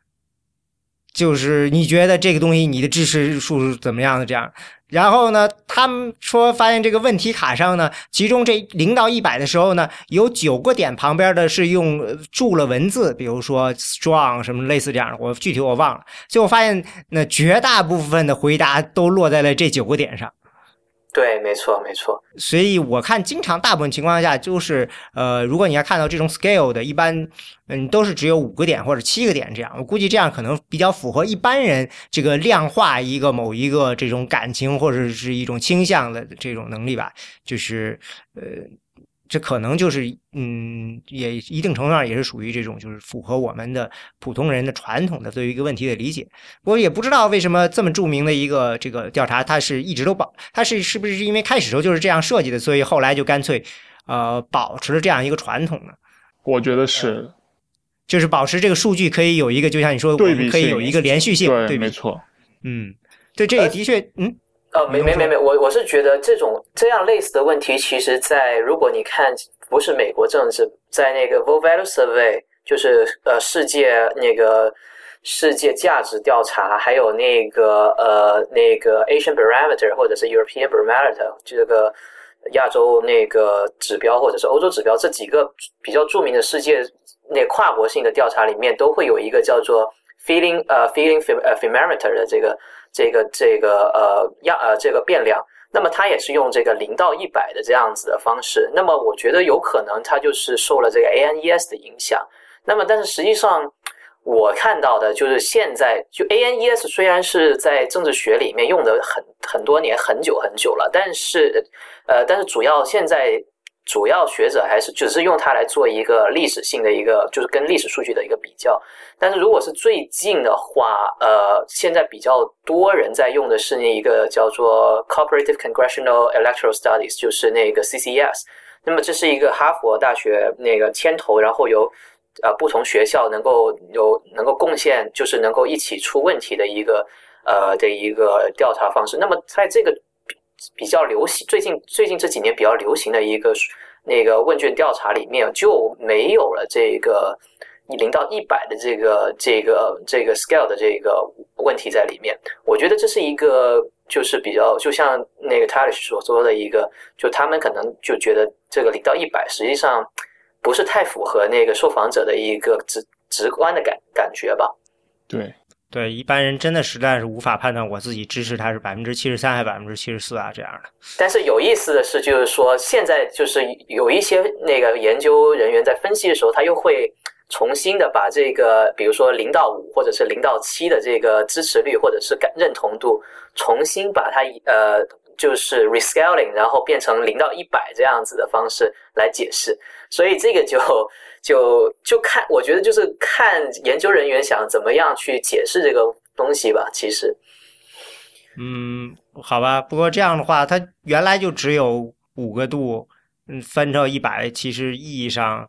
就是你觉得这个东西你的支持数是怎么样的这样。然后呢，他们发现这个问题卡上呢，其中这0到100的时候呢，有9个点旁边的是用注了文字，比如说 strong 什么类似这样的，具体我忘了。最后发现那绝大部分的回答都落在了这9个点上。 对，没错。 所以我看大部分情况下就是如果你要看到这种 scale 的，一般都是只有5个点或者7个点这样。我估计这样可能比较符合一般人这个量化某一个这种感情或者是一种倾向的这种能力吧。就是这可能就是也一定程度上也是属于这种就是符合我们的普通人的传统的对于一个问题的理解。我也不知道为什么这么著名的一个这个调查，它是一直都它是不是因为开始时候就是这样设计的，所以后来就干脆保持了这样一个传统呢？ 我觉得是， 就是保持这个数据可以有一个，就像你说我们可以有一个连续性，对， 没错。 对，这也的确没，我是觉得这样类似的问题，其实如果你看不是美国政治，在那个 Vote Value Survey， 就是世界价值调查，还有那个 Asian Barometer 或者是 European Barometer， 这个亚洲那个指标或者是欧洲指标，这几个比较著名的世界那跨国性的调查里面，都会有一个叫做 Feeling Thermometer 的这个变量。那么它也是用这个0到100的这样子的方式。那么我觉得有可能它就是受了这个 ANES 的影响。那么但是实际上我看到的就是现在就 ANES 虽然是在政治学里面用的很多年很久了，但是主要现在主要学者还是只是用它来做一个历史性的一个，就是跟历史数据的一个比较。但是如果是最近的话，现在比较多人在用的是那一个叫做 Cooperative Congressional Electoral Studies， 就是那个 CCES。那么这是一个哈佛大学那个牵头，然后由不同学校能够贡献，就是能够一起出问题的一个调查方式。那么在这个比较流行，最近这几年比较流行的一个那个问卷调查里面，就没有了这个0到100的这个 scale 的这个问题在里面。我觉得这是一个就是比较，就像那个 Talish 所说的一个，就他们可能就觉得这个0到100实际上不是太符合那个受访者的一个直观的感觉吧。 对，一般人真的实在是无法判断我自己支持他是73%还是74%啊这样的。 但是有意思的是，就是说现在就是有一些那个研究人员在分析的时候，他又会重新的把这个，比如说0到5或者是0到7的这个支持率或者是认同度，重新把它就是 rescaling， 然后变成0到100这样子的方式来解释。所以这个就看，我觉得就是看研究人员想怎么样去解释这个东西吧。其实， 好吧。不过这样的话，它原来就只有5个度，分成100，其实意义上，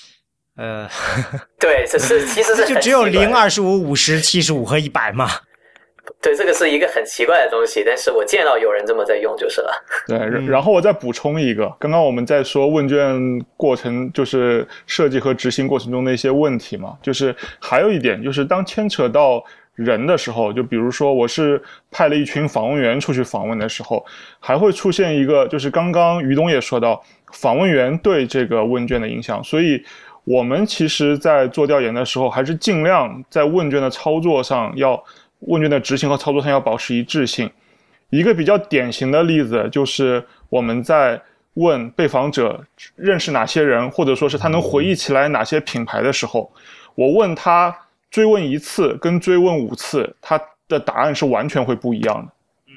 对，其实是就只有0、25、50、75和100嘛。 对，这个是一个很奇怪的东西，但是我见到有人这么在用就是了。 对，然后我再补充一个，刚刚我们在说问卷过程，就是设计和执行过程中的一些问题嘛，就是还有一点，就是当牵扯到人的时候，就比如说我是派了一群访问员出去访问的时候，还会出现一个，就是刚刚于东也说到访问员对这个问卷的影响，所以我们其实在做调研的时候，还是尽量在问卷的操作上问卷的执行和操作上要保持一致性。一个比较典型的例子就是我们在问被访者认识哪些人，或者说是他能回忆起来哪些品牌的时候，我问他追问1次跟追问5次，他的答案是完全会不一样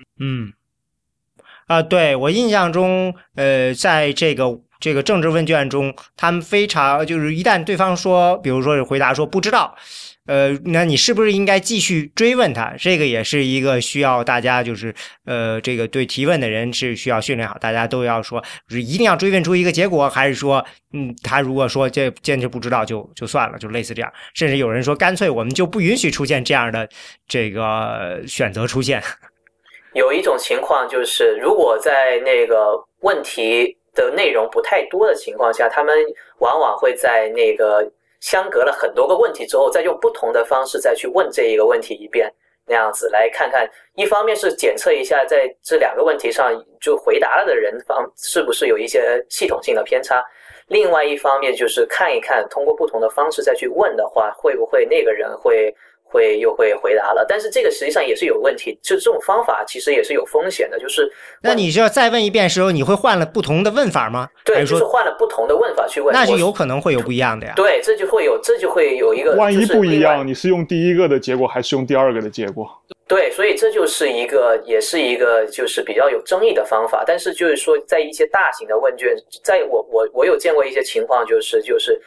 的。对，我印象中，在这个政治问卷中，他们非常就是一旦对方说，比如说是回答说不知道，那你是不是应该继续追问他？这个也是一个需要大家就是这个对提问的人是需要训练好，大家都要说一定要追问出一个结果，还是说他如果说这坚持不知道就算了，就类似这样。甚至有人说干脆我们就不允许出现这样的这个选择出现。 有一种情况就是，如果在那个问题的内容不太多的情况下，他们往往会在那个相隔了很多个问题之后，再用不同的方式再去问这一个问题一遍，那样子来看看，一方面是检测一下在这2个问题上就回答了的人是不是有一些系统性的偏差，另外一方面就是看一看通过不同的方式再去问的话，会不会那个人又会回答了。但是这个实际上也是有问题，就是这种方法其实也是有风险的。就是那你就要再问一遍的时候，你会换了不同的问法吗？ 对，就是换了不同的问法去问， 那就有可能会有不一样的呀。 对，这就会有一个， 万一不一样，你是用第一个的结果还是用第二个的结果？ 对，所以这就是也是一个就是比较有争议的方法。但是就是说，在一些大型的问卷，在我有见过一些情况，就是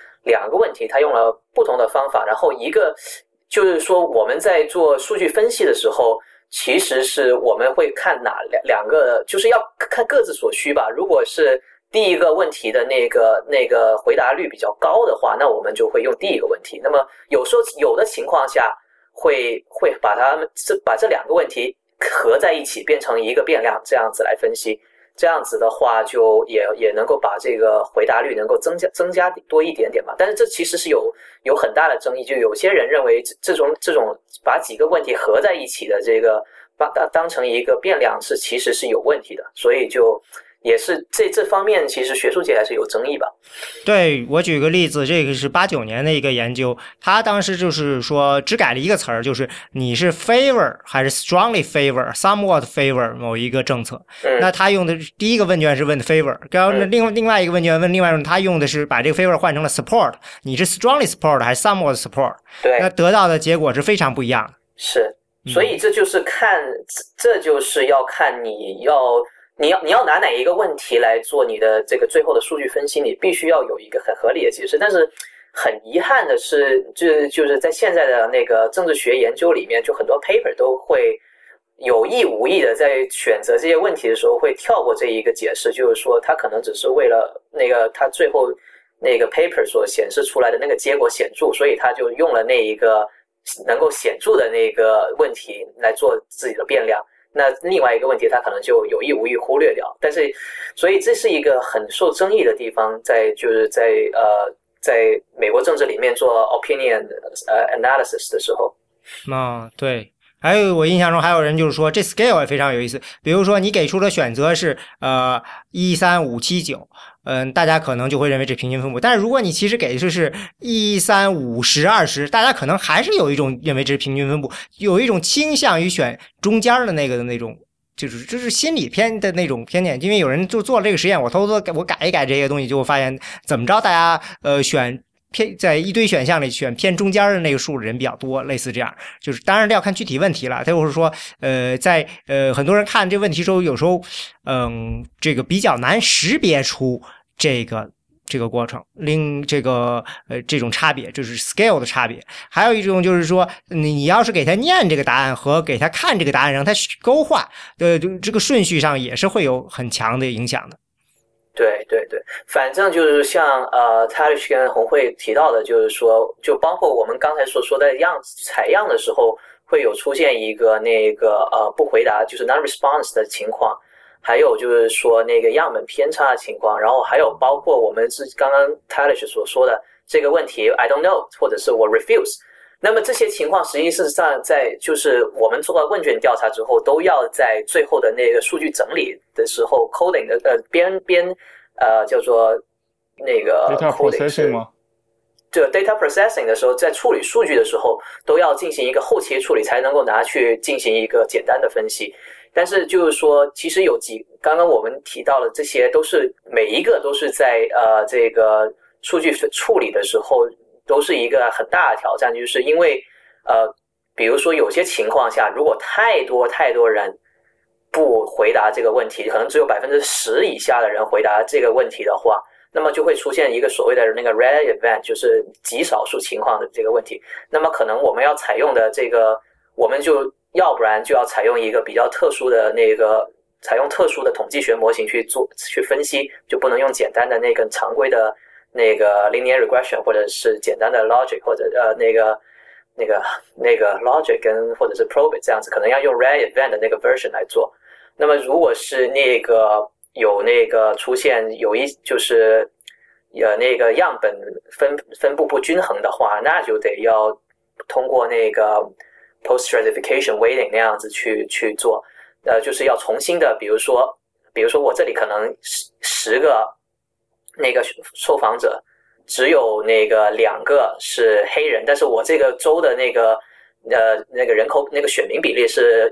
2个问题，他用了不同的方法，然后一个就是说我们在做数据分析的时候，其实是我们会看哪两个，就是要看各自所需吧。如果是第一个问题的那个回答率比较高的话，那我们就会用第一个问题。那么有时候有的情况下会把这2个问题合在一起变成一个变量，这样子来分析。这样子的话就也能够把这个回答率能够增加多一点点吧。但是这其实是有很大的争议，就有些人认为这种把几个问题合在一起的这个当成一个变量其实是有问题的，所以就也是这方面其实学术界还是有争议吧。 对，我举个例子，这个是89年的一个研究，他当时就是说只改了一个词儿，就是你是 favor 还是 strongly favor somewhat favor 某一个政策。那他用的第一个问卷是问的 favor， 然后另外一个问卷问另外一种，他用的是把这个 favor 换成了 support， 你是 strongly support 还是 somewhat support。 对， 那得到的结果是非常不一样的。 是，所以这就是要看你要你要拿哪一个问题来做你的这个最后的数据分析，你必须要有一个很合理的解释。但是很遗憾的是，就是在现在的那个政治学研究里面，就很多 paper 都会有意无意的在选择这些问题的时候会跳过这一个解释，就是说他可能只是为了那个他最后那个 paper 所显示出来的那个结果显著，所以他就用了那一个能够显著的那个问题来做自己的变量。那另外一个问题他可能就有意无意忽略掉，但是所以这是一个很受争议的地方，在美国政治里面做 opinion analysis 的时候。 对。还有我印象中还有人就是说这 scale 也非常有意思，比如说你给出的选择是1、3、5、7、9，大家可能就会认为这平均分布，但是如果你其实给的是1、3、5、10、20，大家可能还是有一种认为这是平均分布，有一种倾向于选中间的那种，就是心理偏的那种偏见，因为有人就做了这个实验，我偷偷我改一改这些东西，就会发现怎么着大家选偏在一堆选项里选偏中间的那个数的人比较多，类似这样。就是当然这要看具体问题了。他就是说在很多人看这问题的时候，有时候这个比较难识别出这个过程，这种差别，就是 scale 的差别。还有一种就是说，你要是给他念这个答案和给他看这个答案，让他勾画，这个顺序上也是会有很强的影响的。 对对对，反正就是像Talish 跟洪慧提到的，就是说，就包括我们刚才所说的采样的时候，会有出现一个那个不回答，就是 non-response 的情况，还有就是说那个样本偏差的情况，然后还有包括我们是刚刚 Talish 所说的这个问题 I don't know 或者是我 refuse。那么这些情况实际上在就是我们做了问卷调查之后，都要在最后的那个数据整理的时候 coding 的叫做那个 data processing 吗？ 这个 data processing 的时候，在处理数据的时候都要进行一个后期处理，才能够拿去进行一个简单的分析。但是就是说，其实刚刚我们提到的这些都是每一个都是在这个数据处理的时候都是一个很大的挑战，就是因为比如说有些情况下，如果太多人不回答这个问题，可能只有10%以下的人回答这个问题的话，那么就会出现一个所谓的那个 rare event， 就是极少数情况的这个问题。那么可能我们要采用的这个，我们就要不然就要采用一个比较特殊的采用特殊的统计学模型去分析，就不能用简单的那个常规的那个 linear regression 或者是简单的 logic 或者那个 logic 跟或者是 probit 这样子，可能要用 rare event 的那个 version 来做。那么如果是那个有那个出现就是那个样本分布不均衡的话，那就得要通过那个 post stratification weighting 那样子去做，就是要重新的，比如说我这里可能10个那个受访者，只有那个2个是黑人，但是我这个州的那个人口那个选民比例是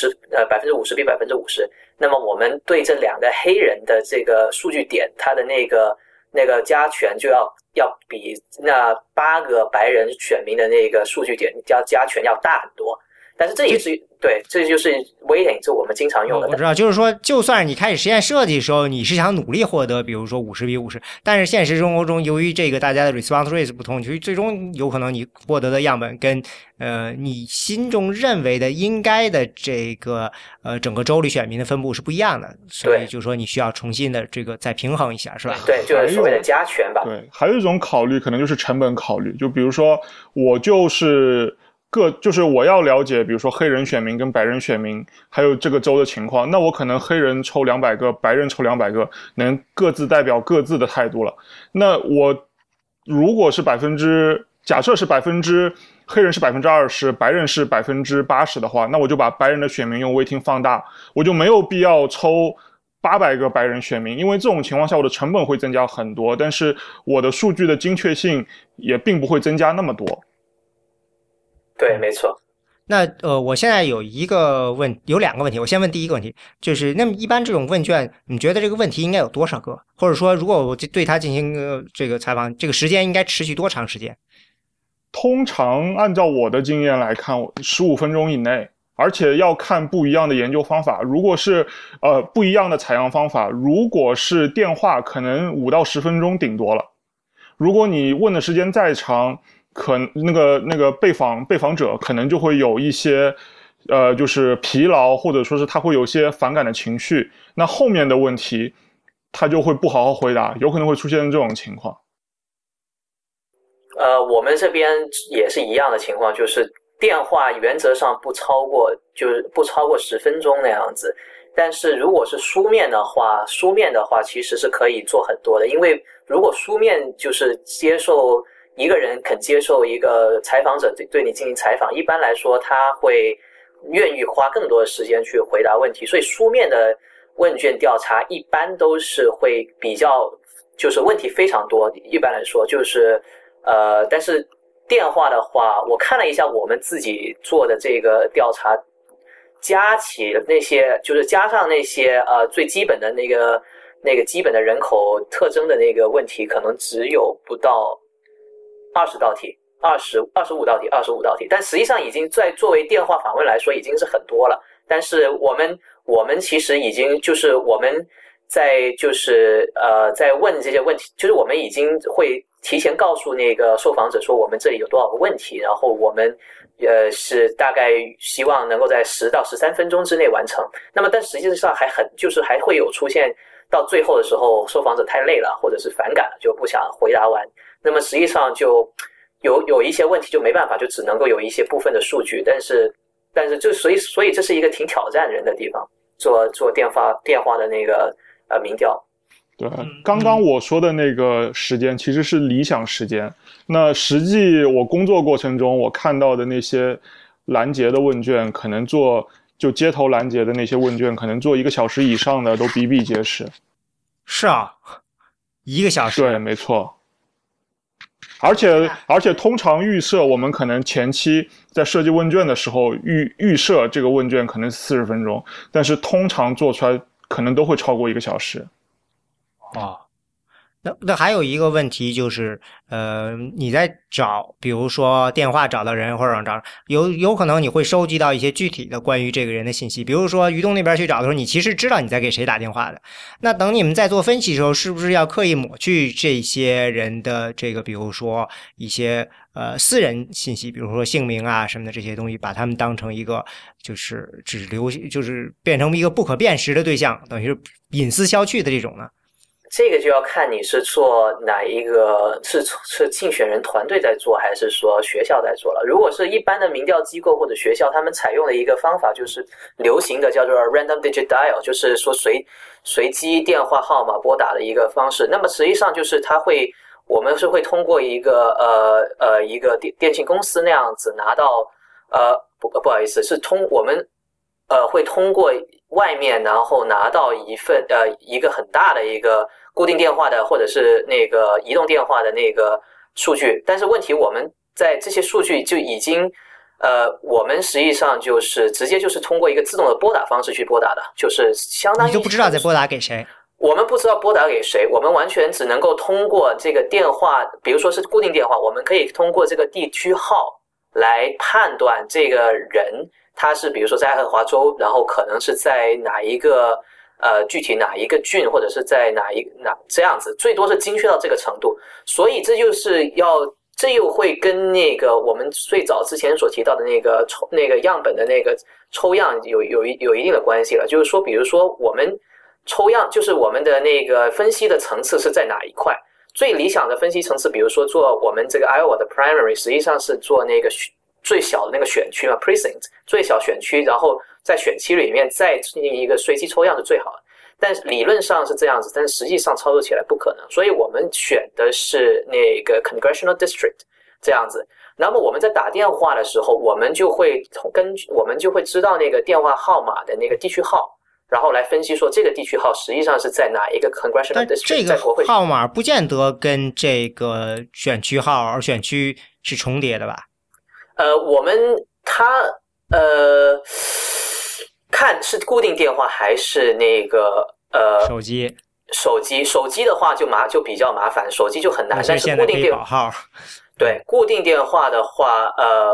50%比50%，那么我们对这2个黑人的这个数据点，它的那个加权就要比那8个白人选民的那个数据点加权要大很多。但是这也是对，这就是 weighting， 这我们经常用的。 我知道，就是说，就算你开始实验设计的时候，你是想努力获得，比如说50比50，但是现实生活中，由于这个大家的 response rate 不同，所以最终有可能你获得的样本跟你心中认为的应该的这个整个州里选民的分布是不一样的，所以就是说你需要重新的这个再平衡一下，是吧？ 对，就是所谓的加权吧。 对，还有一种考虑可能就是成本考虑，就比如说我就是我要了解，比如说黑人选民跟白人选民，还有这个州的情况，那我可能黑人抽200个，白人抽200个，能各自代表各自的态度了。那我如果是假设是黑人是20%，白人是80%的话，那我就把白人的选民用 weighting 放大，我就没有必要抽800个白人选民，因为这种情况下我的成本会增加很多，但是我的数据的精确性也并不会增加那么多。 对，没错。 那我现在有2个问题，我先问第一个问题，就是那么一般这种问卷，你觉得这个问题应该有多少个？或者说，如果我对他进行这个采访，这个时间应该持续多长时间？ 通常按照我的经验来看，15分钟以内， 而且要看不一样的研究方法。如果是不一样的采样方法，如果是电话，可能5到10分钟顶多了。如果你问的时间再长，那个被访者可能就会有一些就是疲劳，或者说是他会有些反感的情绪，那后面的问题他就会不好好回答，有可能会出现这种情况。 我们这边也是一样的情况，就是电话原则上不超过10分钟那样子。但是如果是书面的话其实是可以做很多的，因为如果书面就是接受一个人肯接受一个采访者对你进行采访，一般来说他会愿意花更多的时间去回答问题，所以书面的问卷调查一般都是会比较就是问题非常多，一般来说就是但是电话的话，我看了一下我们自己做的这个调查，加起那些就是加上那些最基本的那个基本的人口特征的那个问题，可能只有不到20道题，25道题，但实际上已经作为电话访问来说已经是很多了。但是我们其实已经就是我们在问这些问题，就是我们已经会提前告诉那个受访者说我们这里有多少个问题，然后我们是大概希望能够在10到13分钟之内完成。那么但实际上就是还会有出现到最后的时候受访者太累了或者是反感了就不想回答完，那么实际上就有一些问题就没办法，就只能够有一些部分的数据，但是就所以这是一个挺挑战人的地方，做电话的那个民调。 对，刚刚我说的那个时间其实是理想时间，那实际我工作过程中我看到的那些拦截的问卷，可能就街头拦截的那些问卷，可能做1个小时以上的都比比皆是。 是啊，1个小时。 对，没错。而且通常预设我们可能前期在设计问卷的时候预设这个问卷可能40分钟，但是通常做出来可能都会超过1个小时。 哦，那还有一个问题就是，你在找，比如说电话找到人或者有可能你会收集到一些具体的关于这个人的信息，比如说于东那边去找的时候，你其实知道你在给谁打电话的。那等你们在做分析的时候，是不是要刻意抹去这些人的这个，比如说一些私人信息，比如说姓名啊什么的这些东西，把他们当成一个就是就是变成一个不可辨识的对象，等于是隐私消去的这种呢？ 这个就要看你是做哪一个，是竞选人团队在做，还是说学校在做了。如果是一般的民调机构或者学校，他们采用的一个方法就是流行的叫做 random digit dial， 就是说随机电话号码拨打的一个方式。那么实际上就是我们是会通过一个电信公司那样子拿到不好意思，我们会通过外面然后拿到一个很大的一个固定电话的或者是那个移动电话的那个数据，但是问题我们在这些数据就已经我们实际上就是直接就是通过一个自动的拨打方式去拨打的，就是相当于你就不知道在拨打给谁。 我们不知道拨打给谁，我们完全只能够通过这个电话，比如说是固定电话，我们可以通过这个地区号来判断这个人他是比如说在爱荷华州，然后可能是在哪一个具体哪一个郡，或者是在哪这样子，最多是精确到这个程度。所以这又会跟那个我们最早之前所提到的那个样本的那个抽样有一定的关系了。就是说比如说我们抽样就是我们的那个分析的层次是在哪一块，最理想的分析层次，比如说做我们这个 Iowa 的 primary 实际上是做那个最小的那个选区嘛 precinct 最小选区，然后在选区里面再进行一个随机抽样是最好的，但是理论上是这样子，但是实际上操作起来不可能，所以我们选的是那个 congressional district 这样子。那么我们在打电话的时候，我们就会知道那个电话号码的那个地区号，然后来分析说这个地区号实际上是在哪一个 congressional district， 在国会。 这个号码不见得跟这个选区号而选区是重叠的吧？ 我们看是固定电话还是那个手机。 手机的话就比较麻烦，手机就很难。但是固定电话号， 对固定电话的话，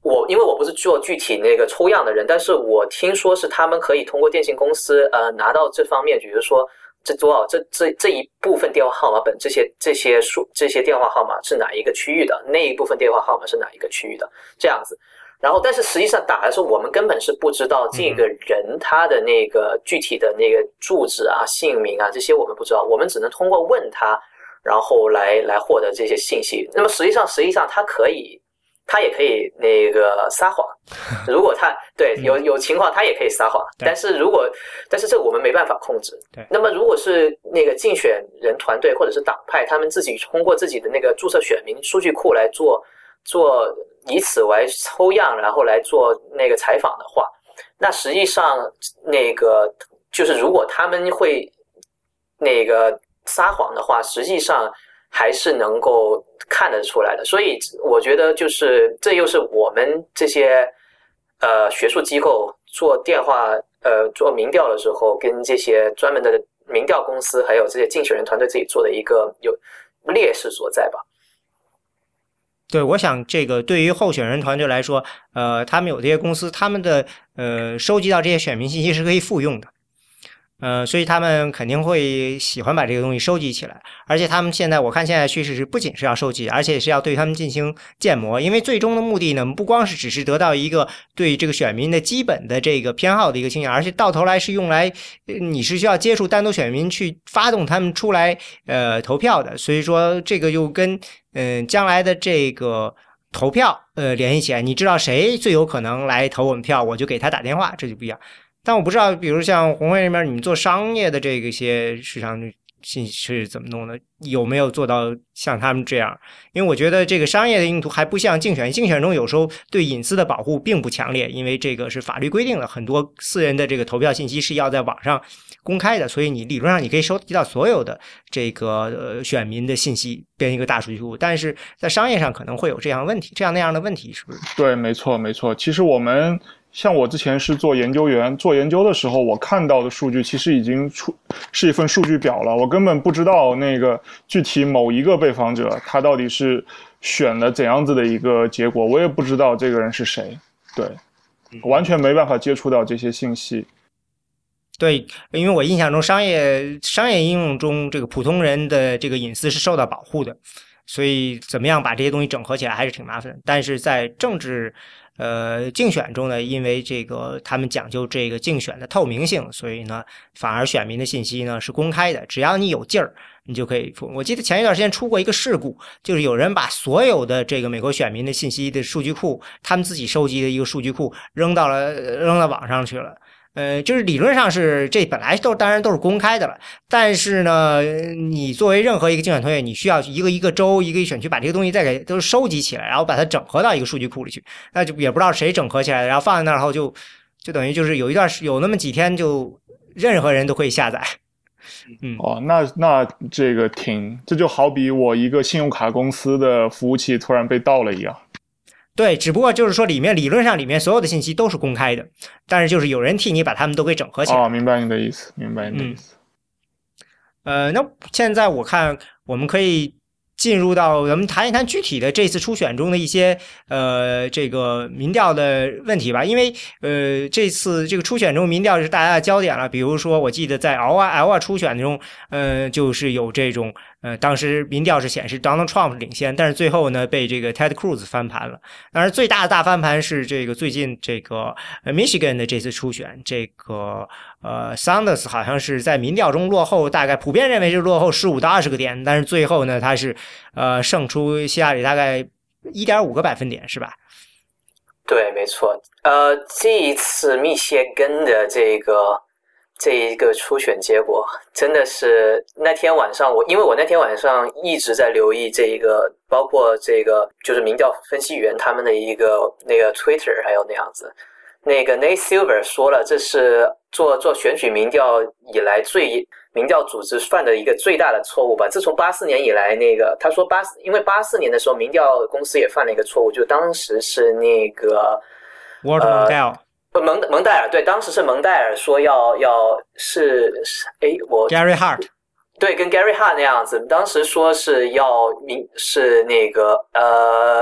因为我不是做具体那个抽样的人，但是我听说是他们可以通过电信公司拿到这方面，比如说这多少这一部分电话号码本这些电话号码是哪一个区域的，那一部分电话号码是哪一个区域的，这样子。然后但是实际上打的时候我们根本是不知道这个人他的那个具体的那个住址啊、姓名啊这些我们不知道，我们只能通过问他然后来获得这些信息。那么实际上他也可以那个撒谎，如果他对有情况他也可以撒谎，但是这个我们没办法控制。那么如果是那个竞选人团队或者是党派他们自己通过自己的那个注册选民数据库来做以此为抽样然后来做那个采访的话，那实际上那个就是如果他们会那个撒谎的话，实际上还是能够看得出来的。所以我觉得就是这又是我们这些学术机构做做民调的时候跟这些专门的民调公司还有这些竞选人团队自己做的一个有劣势所在吧。 对，我想这个对于候选人团队来说，他们有这些公司，他们的收集到这些选民信息是可以复用的。所以他们肯定会喜欢把这个东西收集起来，而且他们我看现在趋势是不仅是要收集，而且是要对他们进行建模，因为最终的目的呢，不光是只是得到一个对这个选民的基本的这个偏好的一个倾向，而且到头来是用来你是需要接触单独选民去发动他们出来投票的，所以说这个又跟将来的这个投票联系起来，你知道谁最有可能来投我们票，我就给他打电话，这就不一样。但我不知道，比如像红会那边，你们做商业的这个些市场信息是怎么弄的？有没有做到像他们这样？因为我觉得这个商业的用途还不像竞选中有时候对隐私的保护并不强烈，因为这个是法律规定的，很多私人的这个投票信息是要在网上公开的，所以你理论上你可以收集到所有的这个选民的信息，编一个大数据库。但是在商业上可能会有这样那样的问题，是不是？ 对，没错。其实像我之前是做研究员，做研究的时候，我看到的数据其实已经是一份数据表了，我根本不知道那个具体某一个被访者他到底是选了怎样子的一个结果，我也不知道这个人是谁，对，完全没办法接触到这些信息。 对，因为我印象中商业应用中这个普通人的这个隐私是受到保护的，所以怎么样把这些东西整合起来还是挺麻烦的。但是在政治竞选中呢，因为这个他们讲究这个竞选的透明性，所以呢反而选民的信息呢是公开的，只要你有劲儿你就可以出。我记得前一段时间出过一个事故，就是有人把所有的这个美国选民的信息的数据库，他们自己收集的一个数据库扔到网上去了。就是理论上是这本来当然都是公开的了，但是呢，你作为任何一个竞选团队，你需要一个州一个选区把这个东西再都收集起来，然后把它整合到一个数据库里去，那就也不知道谁整合起来的，然后放在那儿后就等于就是有那么几天就任何人都可以下载。 那这就好比我一个信用卡公司的服务器突然被盗了一样。 对，只不过就是说理论上里面所有的信息都是公开的，但是就是有人替你把它们都给整合起来。 明白你的意思。 那现在我看我们可以进入到我们谈一谈具体的这次初选中的一些这个民调的问题吧，因为这次这个初选中民调是大家的焦点了。比如说我记得在奥瓦初选中就是有这种当时民调是显示 Donald Trump 领先，但是最后呢被这个 Ted Cruz 翻盘了。当然最大的大翻盘是这个最近这个Michigan 的这次初选，这个Sanders 好像是在民调中落后，大概普遍认为是落后15到20个点，但是最后呢他是胜出希拉里大概 1.5个百分点，是吧？ 对，没错。这一次密歇根的这一个初选结果真的是那天晚上因为我那天晚上一直在留意这个，包括这个就是民调分析员他们的一个那个 Twitter 还有那样子。那个 Nate Silver 说了，这是做选举民调以来民调组织犯的一个最大的错误吧。自从84年以来，他说因为84年的时候民调公司也犯了一个错误，就当时是那个 Ward 蒙代尔，对，当时是蒙代尔说 Gary Hart， 对，跟 Gary Hart 那样子，当时说是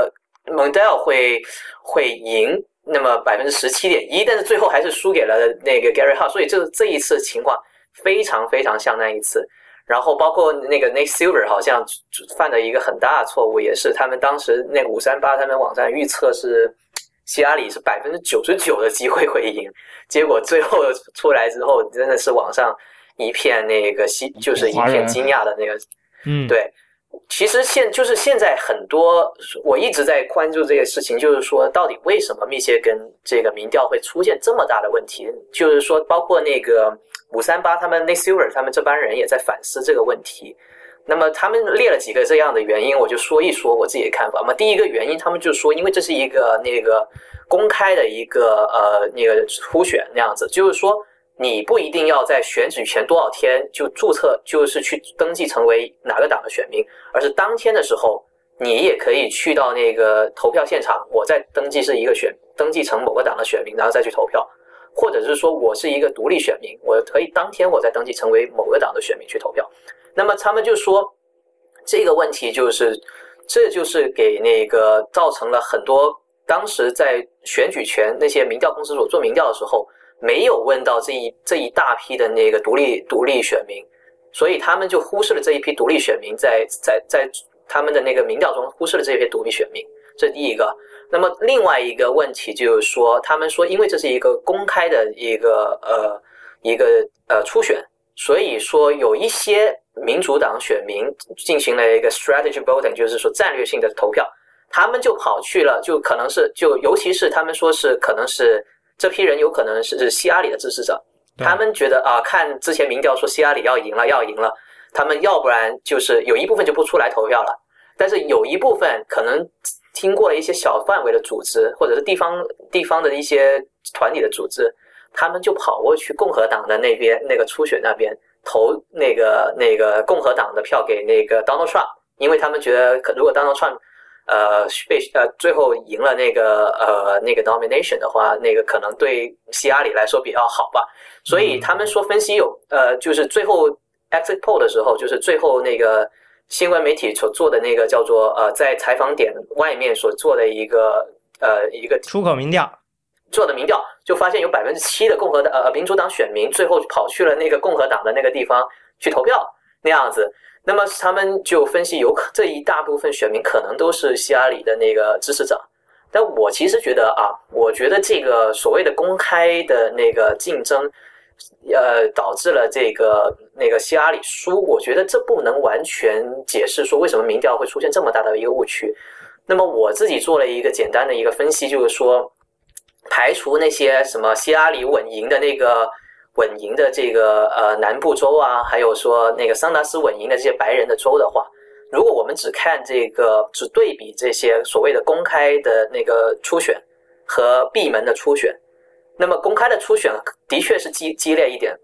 蒙代尔会赢那么 17.1%， 但是最后还是输给了那个 Gary Hart， 所以这一次情况非常非常像那一次。然后包括那个 Nate Silver 好像犯的一个很大的错误，也是他们当时那个538他们网站预测是希拉里是 99% 的机会会赢，结果最后出来之后真的是网上一片那个就是一片惊讶的那个对。其实现在很多我一直在关注这个事情，就是说到底为什么密歇根这个民调会出现这么大的问题，就是说包括那个538他们 Nate Silver 他们这帮人也在反思这个问题。那么他们列了几个这样的原因，我就说一说我自己的看法。那么第一个原因，他们就说因为这是一个那个公开的一个那个初选那样子，就是说你不一定要在选举前多少天就注册，就是去登记成为哪个党的选民，而是当天的时候你也可以去到那个投票现场，我再登记是一个登记成某个党的选民，然后再去投票。或者是说我是一个独立选民，我可以当天我再登记成为某个党的选民去投票。那么他们就说这个问题这就是给那个造成了很多当时在选举前那些民调公司所做民调的时候没有问到这一大批的那个独立选民，所以他们就忽视了这一批独立选民，在他们的那个民调中忽视了这一批独立选民，这是第一个。那么另外一个问题就是说，他们说因为这是一个公开的一个初选，所以说有一些民主党选民进行了一个 strategy voting， 就是说战略性的投票，他们就跑去了，就可能是尤其是他们说是可能是这批人有可能是希拉里的支持者，他们觉得看之前民调说希拉里要赢了，他们要不然就是有一部分就不出来投票了，但是有一部分可能听过了一些小范围的组织或者是地方的一些团体的组织，他们就跑过去共和党的那边那个初选那边投那个共和党的票给那个 Donald Trump， 因为他们觉得如果 Donald Trump最后赢了那个 nomination 的话，那个可能对希拉里来说比较好吧。所以他们说分析就是最后 exit poll 的时候，就是最后那个新闻媒体所做的那个叫做在采访点外面所做的一个出口民调做的民调，就发现有 7% 的民主党选民最后跑去了那个共和党的那个地方去投票那样子。那么他们就分析这一大部分选民可能都是希拉里的那个支持者。但我其实觉得我觉得这个所谓的公开的那个竞争导致了那个希拉里输，我觉得这不能完全解释说为什么民调会出现这么大的一个误区。那么我自己做了一个简单的一个分析，就是说排除那些什么希拉里稳赢的这个南部州啊，还有说那个桑达斯稳赢的这些白人的州的话，如果我们只对比这些所谓的公开的那个初选和闭门的初选，那么公开的初选的确是激烈一点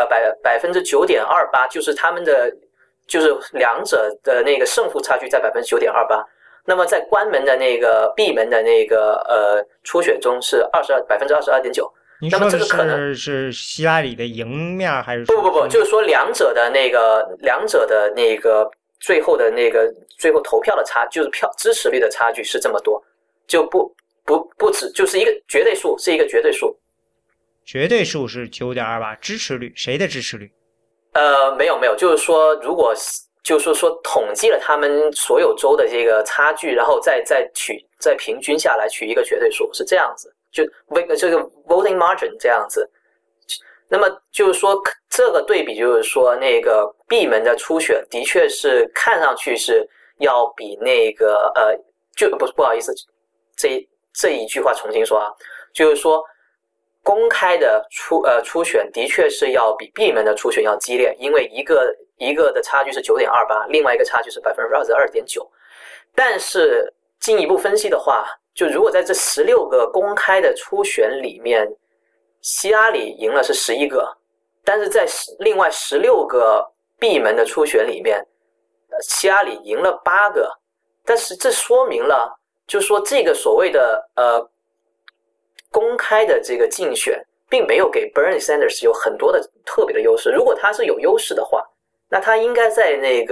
，9.28%，就是他们的就是两者的那个胜负差距在 9.28%。那么在关门的那个闭门的那个初选中是 22.9%。 你说的是希拉里的赢面还是不，就是说两者的那个最后投票的就是票支持率的差距是这么多，就不止，就是一个绝对数，是一个绝对数。 绝对数是 9.28%， 支持率谁的支持率？ 没有，就是说如果就是说统计了他们所有州的这个差距，然后再平均下来取一个绝对数，是这样子。就这个 voting margin 这样子。那么就是说这个对比，就是说那个闭门的初选的确是看上去是要比那个不好意思，这一句话重新说就是说公开的初选的确是要比闭门的初选要激烈，因为一个的差距是 9.28%， 另外一个差距是 22.9%。 但是进一步分析的话，就如果在这16个公开的初选里面，希拉里赢了是11个，但是在另外16个闭门的初选里面，希拉里赢了8个。但是这说明了，就是说这个所谓的公开的这个竞选并没有给 Bernie Sanders 有很多的特别的优势。如果他是有优势的话，那他应该在那个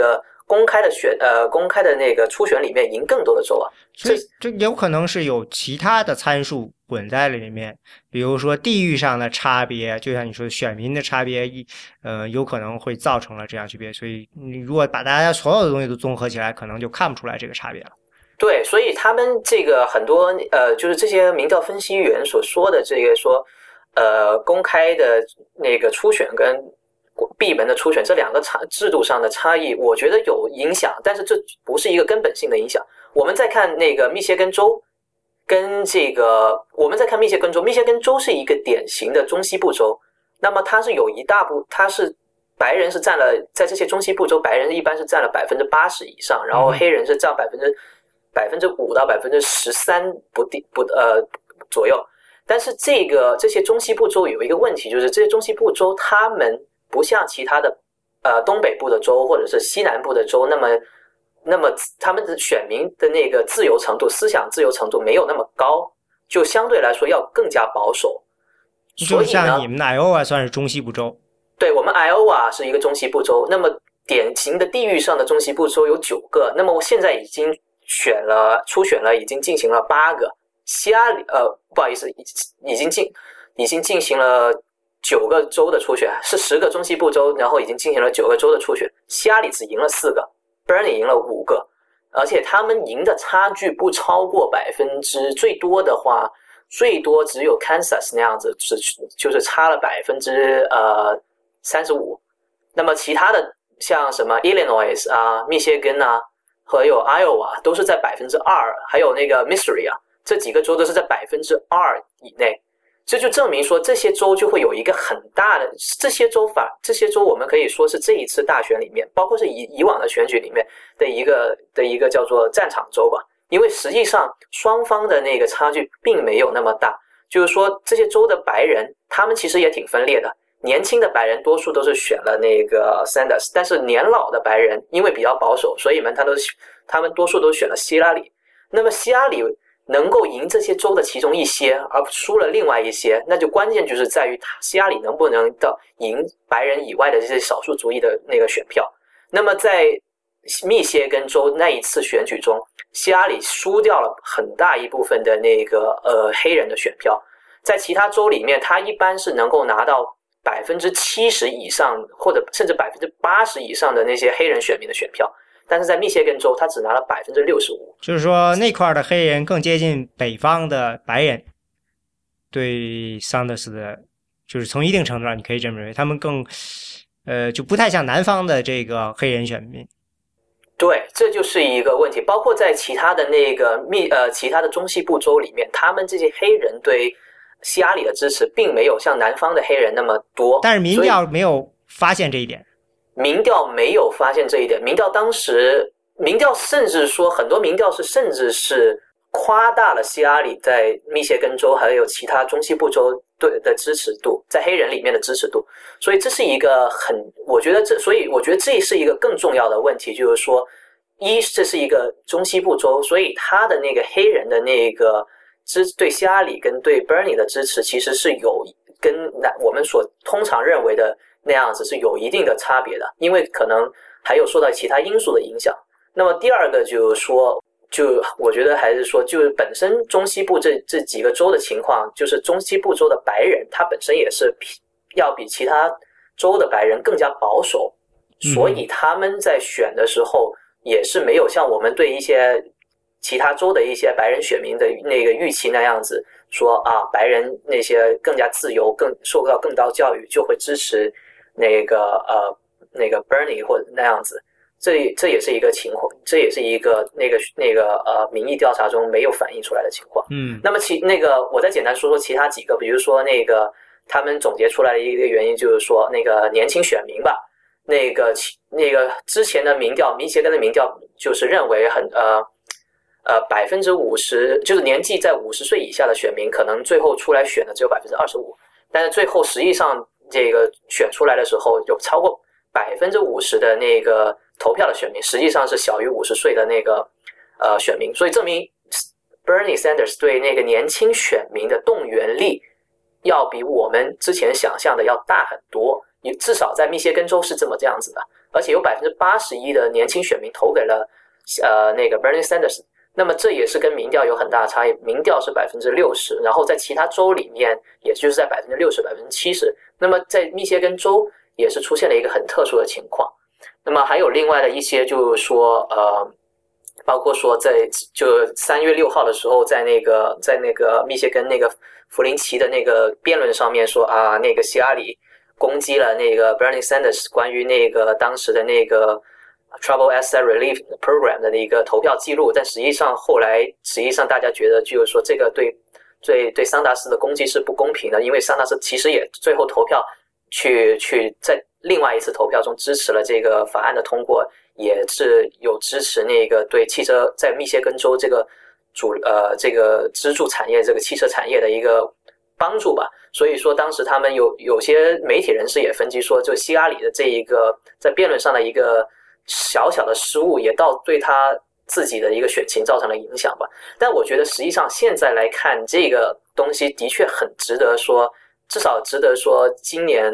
公开的那个初选里面赢更多的州啊。 所以这有可能是有其他的参数混在里面，比如说地域上的差别，就像你说选民的差别，有可能会造成了这样区别。所以你如果把大家所有的东西都综合起来，可能就看不出来这个差别了。 对，所以他们这个很多就是这些民调分析员所说的这个说公开的那个初选跟闭门的初选这两个制度上的差异，我觉得有影响，但是这不是一个根本性的影响。我们再看那个密歇根州跟我们再看密歇根州是一个典型的中西部州，那么它是有一大部，它是白人是占了，在这些中西部州，白人一般是占了80%以上，然后黑人是占5%到13%左右。但是这些中西部州有一个问题，就是这些中西部州他们不像其他的东北部的州或者是西南部的州，那么他们的选民的那个自由程度、思想自由程度没有那么高，就相对来说要更加保守。 就像你们的 Iowa 算是中西部州。 对，我们 Iowa 是一个中西部州，那么典型的地域上的中西部州有9个，那么我现在已经初选了，已经进行了8个。希拉里不好意思，已经进行了9个州的初选，是10个中西部州，然后已经进行了9个州的初选。希拉里只赢了4个，Bernie 赢了5个，而且他们赢的差距不超过最多的话，最多只有 Kansas 那样子，就是差了35%。那么其他的像什么 Illinois 啊、密歇根啊，还有 Iowa 都是在2%，还有那个 Missouri 啊，这几个州都是在2%以内。这就证明说这些州就会有一个很大的，这些州我们可以说是这一次大选里面，包括是以往的选举里面的一个叫做战场州吧。因为实际上双方的那个差距并没有那么大，就是说这些州的白人他们其实也挺分裂的，年轻的白人多数都是选了那个 Sanders， 但是年老的白人因为比较保守，所以他们多数都选了希拉里。那么希拉里能够赢这些州的其中一些，而输了另外一些，那就关键就是在于希拉里能不能赢白人以外的这些少数族裔的那个选票。那么在密歇根州那一次选举中，希拉里输掉了很大一部分的那个黑人的选票。在其他州里面，他一般是能够拿到70%以上，或者甚至80%以上的那些黑人选民的选票。但是在密歇根州，他只拿了65%， 就是说那块的黑人更接近北方的白人，对桑德斯的，就是从一定程度上你可以这么认为，他们更就不太像南方的这个黑人选民。 对，这就是一个问题。包括在其他的其他的中西部州里面，他们这些黑人对希拉里的支持并没有像南方的黑人那么多， 但是民调没有发现这一点。 民调没有发现这一点，民调甚至说很多民调甚至是夸大了希拉里在密歇根州还有其他中西部州的支持度，在黑人里面的支持度。所以这是一个我觉得这是一个更重要的问题，就是说这是一个中西部州，所以他的那个黑人的那个对希拉里跟对 Bernie 的支持其实是有跟我们所通常认为的那样子是有一定的差别的，因为可能还有受到其他因素的影响。那么第二个就是说，我觉得还是说，就是本身中西部这几个州的情况，就是中西部州的白人他本身也是要比其他州的白人更加保守，所以他们在选的时候也是没有像我们对一些其他州的一些白人选民的那个预期那样子说啊，白人那些更加自由，受到更高教育就会支持那个 Bernie 或者那样子。这也是一个情况，这也是一个民意调查中没有反映出来的情况。那么我再简单说说其他几个，比如说他们总结出来的一个原因就是说那个年轻选民吧，那个之前的民调，密歇根的民调就是认为50%，就是年纪在50岁以下的选民可能最后出来选的只有25%，但是最后实际上这个选出来的时候有超过50%的那个投票的选民实际上是小于50岁的那个选民，所以证明 Bernie Sanders 对那个年轻选民的动员力要比我们之前想象的要大很多，至少在密歇根州是这样子的。 而且有81%的年轻选民投给了那个 Bernie Sanders。那么这也是跟民调有很大的差异，民调是60%，然后在其他州里面也就是在60%、70%。那么在密歇根州也是出现了一个很特殊的情况。那么还有另外的一些就是说包括说就3月6号的时候在那个密歇根那个弗林奇的那个辩论上面说啊，那个希拉里攻击了那个 Bernie Sanders 关于那个当时的那个 Trouble Asset Relief Program 的一个投票记录，但实际上大家觉得就是说这个对桑达斯的攻击是不公平的，因为桑达斯其实也最后投票去在另外一次投票中支持了这个法案的通过，也是有支持那个对汽车在密歇根州这个这个支柱产业这个汽车产业的一个帮助吧。所以说当时他们有些媒体人士也分析说，就希拉里的这一个在辩论上的一个小小的失误也对他自己的一个选情造成了影响吧。但我觉得实际上现在来看这个东西的确很值得说，至少值得说今年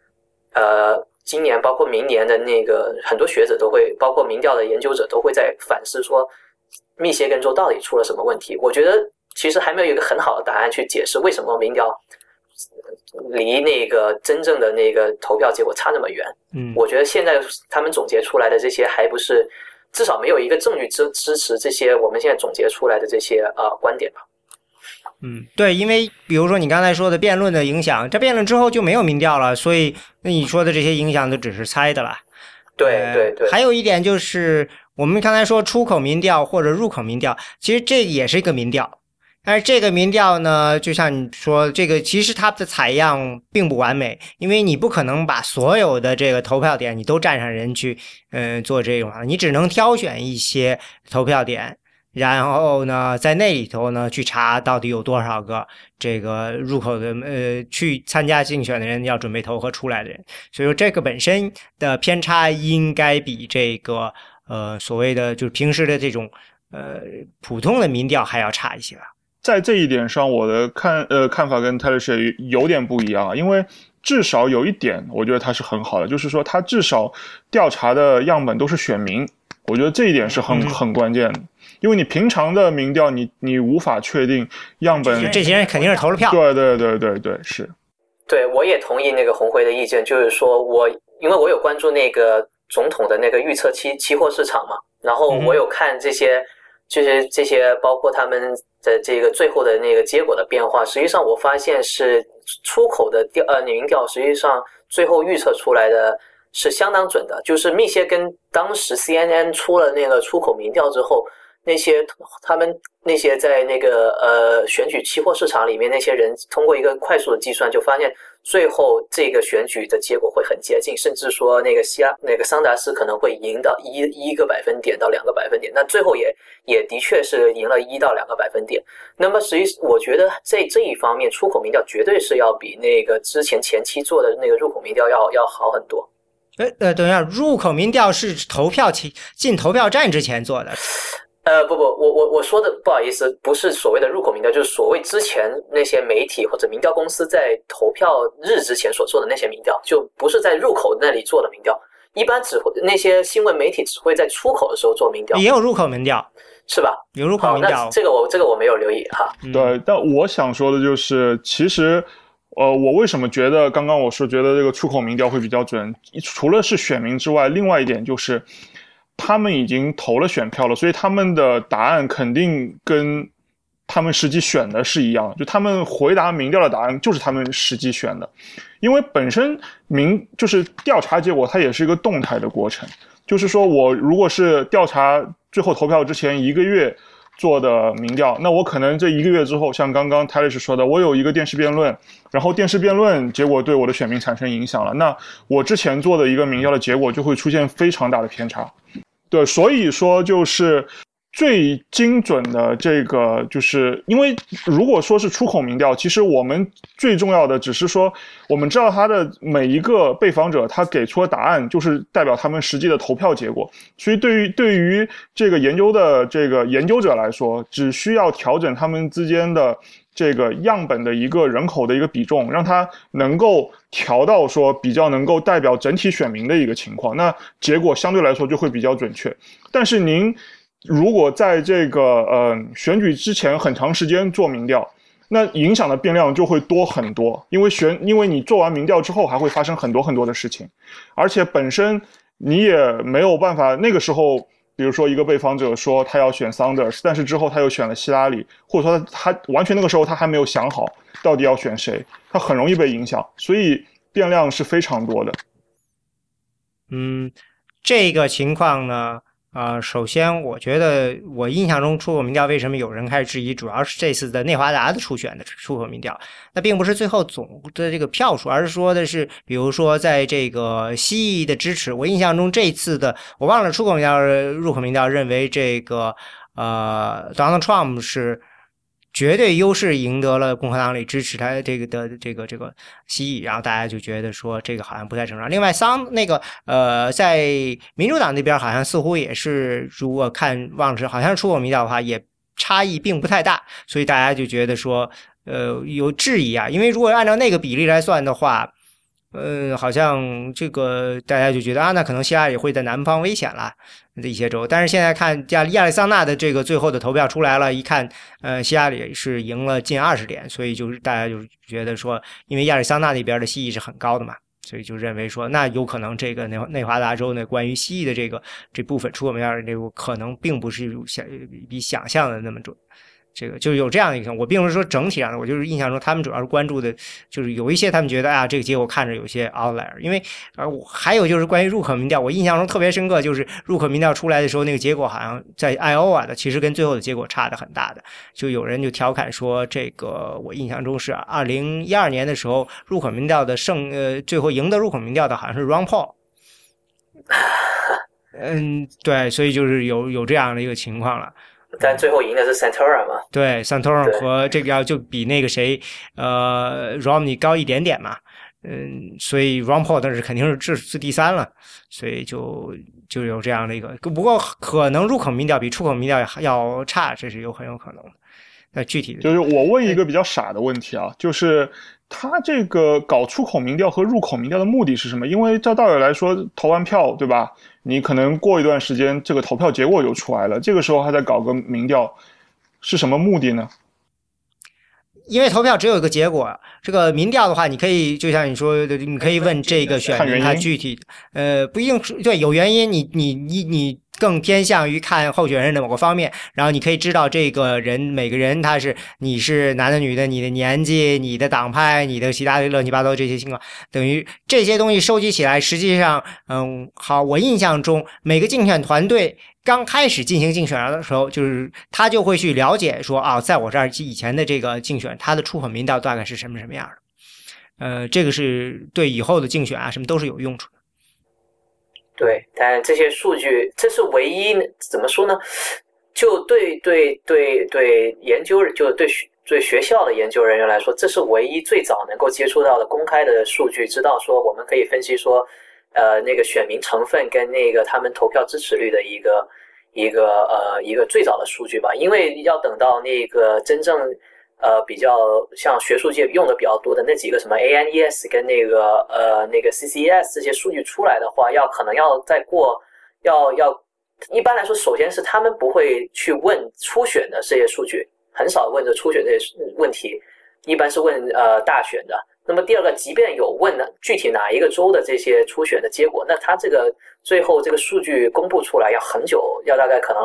包括明年的那个很多学者都会，包括民调的研究者都会在反思说密歇根州到底出了什么问题。我觉得其实还没有一个很好的答案去解释为什么民调离那个真正的那个投票结果差那么远。我觉得现在他们总结出来的这些还不是，至少没有一个证据支持这些我们现在总结出来的这些观点吧。 对，因为比如说你刚才说的辩论的影响，这辩论之后就没有民调了，所以那你说的这些影响都只是猜的了。 对。 还有一点就是我们刚才说出口民调或者入口民调，其实这也是一个民调，但是这个民调呢，就像你说，这个其实它的采样并不完美，因为你不可能把所有的这个投票点你都站上人去做这种，你只能挑选一些投票点，然后呢在那里头呢去查到底有多少个这个入口的去参加竞选的人要准备投和出来的人，所以说这个本身的偏差应该比这个所谓的就是平时的这种普通的民调还要差一些吧。 在这一点上，我的看法跟泰勒士有点不一样啊，因为至少有一点，我觉得它是很好的，就是说它至少调查的样本都是选民，我觉得这一点是很关键的，因为你平常的民调，你无法确定样本这些人肯定是投了票。 对，是。对， 我也同意那个洪辉的意见，就是说因为我有关注那个总统的那个预测期货市场嘛，然后我有看这些包括他们的这个最后的那个结果的变化，实际上我发现是出口的民调实际上最后预测出来的是相当准的，就是密歇根当时 CNN 出了那个出口民调之后，他们那些在那个选举期货市场里面那些人通过一个快速的计算就发现最后这个选举的结果会很接近，甚至说那个桑达斯可能会赢到1个百分点到2个百分点，那最后也的确是赢了1到2个百分点。那么实际我觉得在这一方面出口民调绝对是要比那个之前前期做的那个入口民调要好很多。 等一下，入口民调是进投票站之前做的。 不，我说的不好意思，不是所谓的入口民调，就是所谓之前那些媒体或者民调公司在投票日之前所做的那些民调，就不是在入口那里做的民调。一般那些新闻媒体只会在出口的时候做民调。 也有入口民调是吧？ 有入口民调。 那这个我没有留意哈。 对，但我想说的就是，其实我为什么觉得刚刚我说觉得这个出口民调会比较准，除了是选民之外，另外一点就是他们已经投了选票了，所以他们的答案肯定跟他们实际选的是一样的，就他们回答民调的答案就是他们实际选的。因为本身就是调查结果它也是一个动态的过程，就是说我如果是调查最后投票之前1个月做的民调，那我可能这1个月之后，像刚刚泰勒士说的，我有一个电视辩论，然后电视辩论结果对我的选民产生影响了，那我之前做的一个民调的结果就会出现非常大的偏差。对，所以说就是最精准的这个，就是因为如果说是出口民调，其实我们最重要的只是说，我们知道他的每一个被访者他给出的答案就是代表他们实际的投票结果，所以对于这个研究的这个研究者来说，只需要调整他们之间的这个样本的一个人口的一个比重，让它能够调到说比较能够代表整体选民的一个情况，那结果相对来说就会比较准确。但是您如果在这个选举之前很长时间做民调，那影响的变量就会多很多，因为你做完民调之后还会发生很多很多的事情，而且本身你也没有办法，那个时候比如说一个被访者说他要选 Sanders， 但是之后他又选了希拉里，或者说他完全那个时候他还没有想好到底要选谁，他很容易被影响，所以变量是非常多的。 这个情况呢，首先我觉得我印象中出口民调为什么有人开始质疑，主要是这次的内华达的初选的出口民调，那并不是最后总的这个票数，而是说的是比如说在这个西裔的支持，我印象中这次的我忘了出口民调入口民调认为这个Donald Trump 是绝对优势赢得了共和党里支持他这个的这个西裔，然后大家就觉得说这个好像不太正常。另外在民主党那边好像似乎也是，如果忘了好像是出口民调的话，也差异并不太大，所以大家就觉得说有质疑啊，因为如果按照那个比例来算的话，好像这个大家就觉得那可能希拉里会在南方危险了的一些州，但是现在看亚利桑那的这个最后的投票出来了，一看希拉里是赢了近20点，所以就是大家就觉得说，因为亚利桑那那边的西裔是很高的嘛，所以就认为说那有可能这个内华达州呢关于西裔的这部分出口民调的这个可能并不是比想象的那么准。这个就是有这样的一个，我并不是说整体上的，我就是印象中他们主要是关注的，就是有一些他们觉得这个结果看着有些 outlier， 因为还有就是关于入口民调，我印象中特别深刻，就是入口民调出来的时候，那个结果好像在 Iowa 的，其实跟最后的结果差的很大的，就有人就调侃说，这个我印象中是2012年的时候入口民调的最后赢得入口民调的好像是 Ron Paul。对，所以就是有这样的一个情况了。 但最后赢的是 Santorum 嘛？ 对 ，Santorum 和这个就比那个谁Romney 高一点点嘛，所以 Ron Paul 但是肯定是第3了，所以就有这样的一个，不过可能入口民调比出口民调要差，这是很有可能的。那具体的就是我问一个比较傻的问题啊，就是他这个搞出口民调和入口民调的目的是什么？因为照道理来说，投完票对吧？你可能过一段时间，这个投票结果就出来了，这个时候还在搞个民调，是什么目的呢？ 因为投票只有一个结果，这个民调的话，你可以就像你说的，你可以问这个选民他具体，不一定对有原因，你更偏向于看候选人的某个方面，然后你可以知道这个人每个人你是男的女的，你的年纪、你的党派、你的其他的乱七八糟这些情况，等于这些东西收集起来，实际上好，我印象中每个竞选团队刚开始进行竞选的时候，就是他就会去了解说在我这儿以前的这个竞选，他的出口民调大概是什么样的，这个是对以后的竞选什么都是有用处的。 对，但这些数据，这是唯一怎么说呢？就对研究，就对学校的研究人员来说，这是唯一最早能够接触到的公开的数据，知道说我们可以分析说，那个选民成分跟那个他们投票支持率的一个最早的数据吧，因为要等到那个真正比较像学术界用的比较多的那几个什么 ANES 跟那个 CCES 这些数据出来的话，可能要再过一般来说，首先是他们不会去问初选的这些数据，很少问这初选这些问题，一般是问大选的。那么第二个，即便有问具体哪一个州的这些初选的结果，那他这个最后这个数据公布出来要很久，要大概可能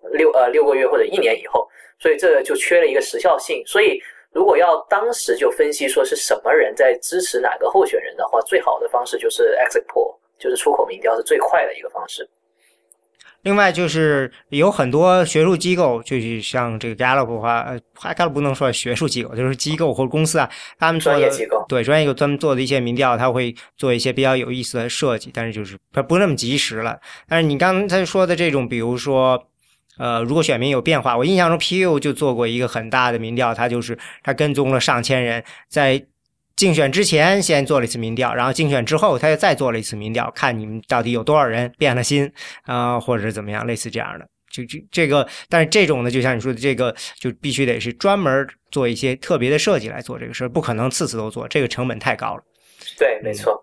6个月或者1年以后，所以这个就缺了一个时效性。所以如果要当时就分析说是什么人在支持哪个候选人的话，最好的方式就是 exit poll， 就是出口民调是最快的一个方式。 另外就是有很多学术机构，就是像这个 Gallup 的话，Gallup 不能说学术机构，就是机构或者公司他们做的专业机构，对专业机构他们做的一些民调，他会做一些比较有意思的设计，但是就是它不那么及时了。但是你刚才说的这种，比如说如果选民有变化，我印象中 PU 就做过一个很大的民调，他跟踪了上千人，在竞选之前先做了一次民调，然后竞选之后他又再做了一次民调，看你们到底有多少人变了心或者是怎么样，类似这样的。这个，但是这种呢，就像你说的，这个就必须得是专门做一些特别的设计来做这个事儿，不可能次次都做，这个成本太高了。 对，没错。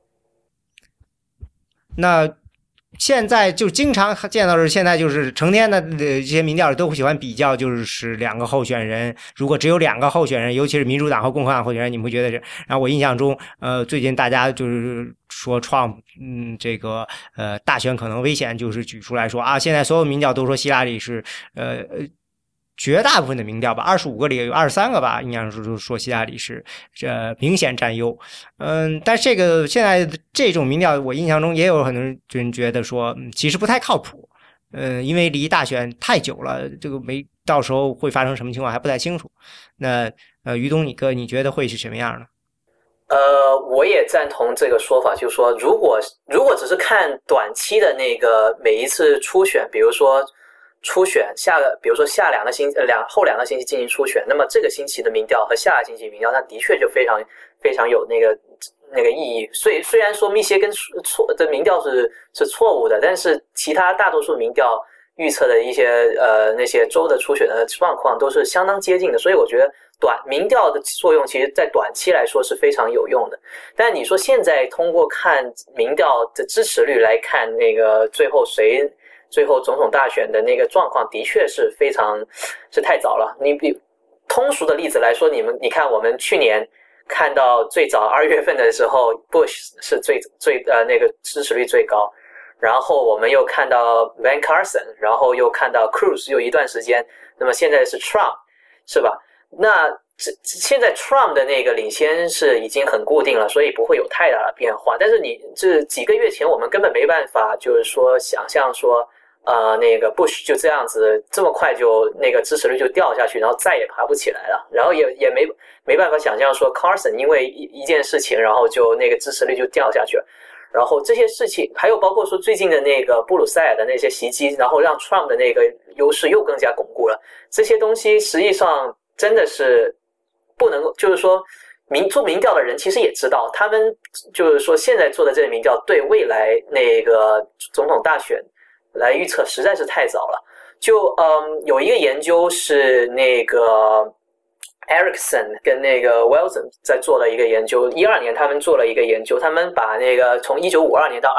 那现在就经常见到的，现在就是成天的这些民调都喜欢比较，就是两个候选人，如果只有两个候选人，尤其是民主党和共和党候选人，你们会觉得是？然后我印象中，最近大家就是说 Trump， 这个大选可能危险，就是举出来说啊，现在所有民调都说希拉里是绝大部分的民调吧，25个里有23个吧，应该是说希拉里是明显占优。但这个现在这种民调，我印象中也有很多人觉得说，其实不太靠谱。因为离大选太久了，这个到时候会发生什么情况还不太清楚。那于东你觉得会是什么样的？ 我也赞同这个说法，就是说，如果只是看短期的那个每一次初选，比如说初选比如说后两个星期进行初选，那么这个星期的民调和下个星期民调，那的确就非常非常有那个意义。虽然说密歇根的民调是错误的，但是其他大多数民调预测的一些那些州的初选的状况都是相当接近的，所以我觉得民调的作用其实在短期来说是非常有用的。但你说现在通过看民调的支持率来看那个最后总统大选的那个状况，的确是太早了。你比通俗的例子来说，你看我们去年看到最早2月份的时候 ，Bush 是最那个支持率最高，然后我们又看到 Ben Carson， 然后又看到 Cruz 又一段时间，那么现在是 Trump， 是吧？那现在 Trump 的那个领先是已经很固定了，所以不会有太大的变化。但是这几个月前我们根本没办法，就是说想象说。那个 Bush 就这样子这么快就那个支持率就掉下去，然后再也爬不起来了。然后也没办法想象说 Carson 因为一件事情，然后就那个支持率就掉下去了。然后这些事情还有包括说最近的那个布鲁塞尔的那些袭击，然后让 Trump 的那个优势又更加巩固了。这些东西实际上真的是不能，就是说做民调的人其实也知道，他们就是说现在做的这个民调对未来那个总统大选来预测实在是太早了。就有一个研究是那个 Erickson 跟那个 Wilson 在做了一个研究，12年他们做了一个研究，他们把那个从1952年到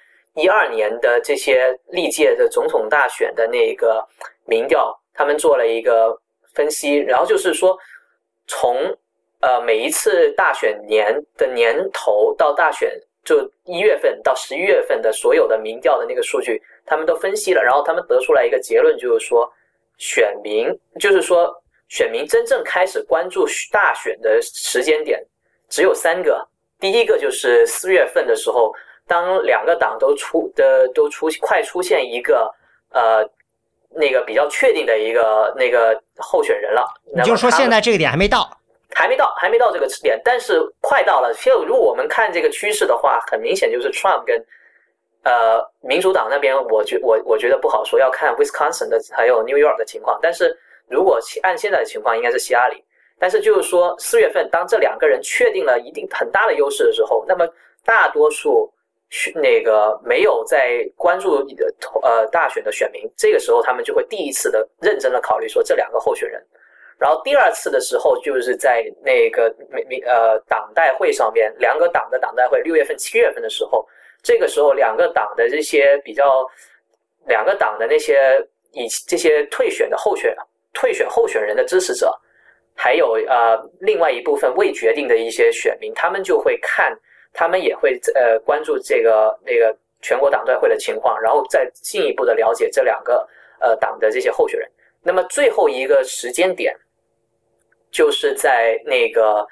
2012年的这些历届的总统大选的那个民调，他们做了一个分析，然后就是说从每一次大选年的年头到大选就1月份到11月份的所有的民调的那个数据他们都分析了，然后他们得出来一个结论，就是说选民真正开始关注大选的时间点只有3个。第一个就是4月份的时候，当两个党都快出现一个那个比较确定的一个那个候选人了。 你就说现在这个点还没到这个点，但是快到了。如果我们看这个趋势的话，很明显就是 Trump 跟民主党那边我觉得不好说，要看 Wisconsin 的还有 New York 的情况。但是如果按现在的情况，应该是希拉里。但是就是说4月份当这两个人确定了一定很大的优势的时候，那么大多数那个没有在关注大选的选民，这个时候他们就会第一次的认真的考虑说这两个候选人。然后第二次的时候就是在那个党代会上面，两个党的党代会6月份7月份的时候，这个时候两个党的那些以这些退选候选人的支持者，还有另外一部分未决定的一些选民，他们也会关注那个全国党代会的情况，然后再进一步的了解这两个党的这些候选人。那么最后一个时间点就是在那个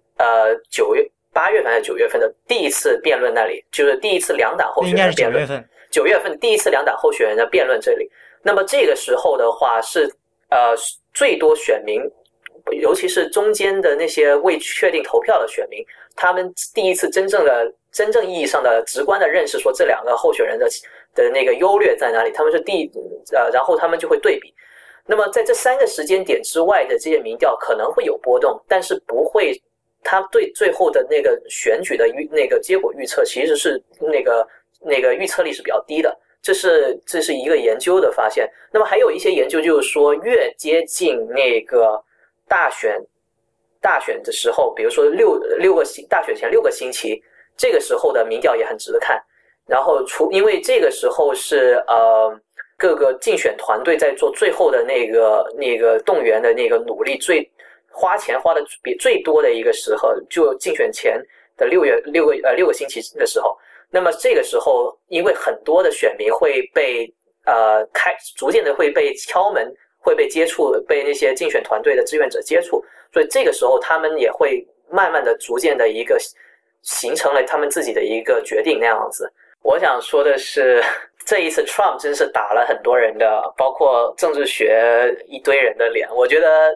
8月份还是9月份的第一次辩论那里，就是第一次两党候选人的辩论。9月份第一次两党候选人的辩论这里。那么这个时候的话是最多选民，尤其是中间的那些未确定投票的选民，他们第一次真正意义上的直观的认识说这两个候选人的的那个优劣在哪里，他们是然后他们就会对比。那么在这3个时间点之外的这些民调可能会有波动，但是不会，他对最后的那个选举的那个结果预测其实是那个预测力是比较低的。这是一个研究的发现。那么还有一些研究就是说，越接近那个大选的时候，比如说大选前6个星期，这个时候的民调也很值得看。然后因为这个时候是各个竞选团队在做最后的那个动员的那个努力花钱花的最多的一个时候，就竞选前的6个星期的时候。那么这个时候，因为很多的选民会被逐渐的会被敲门，会被接触，被那些竞选团队的志愿者接触，所以这个时候他们也会慢慢的、逐渐的一个形成了他们自己的一个决定那样子。我想说的是，这一次 Trump 真是打了很多人的，包括政治学一堆人的脸。我觉得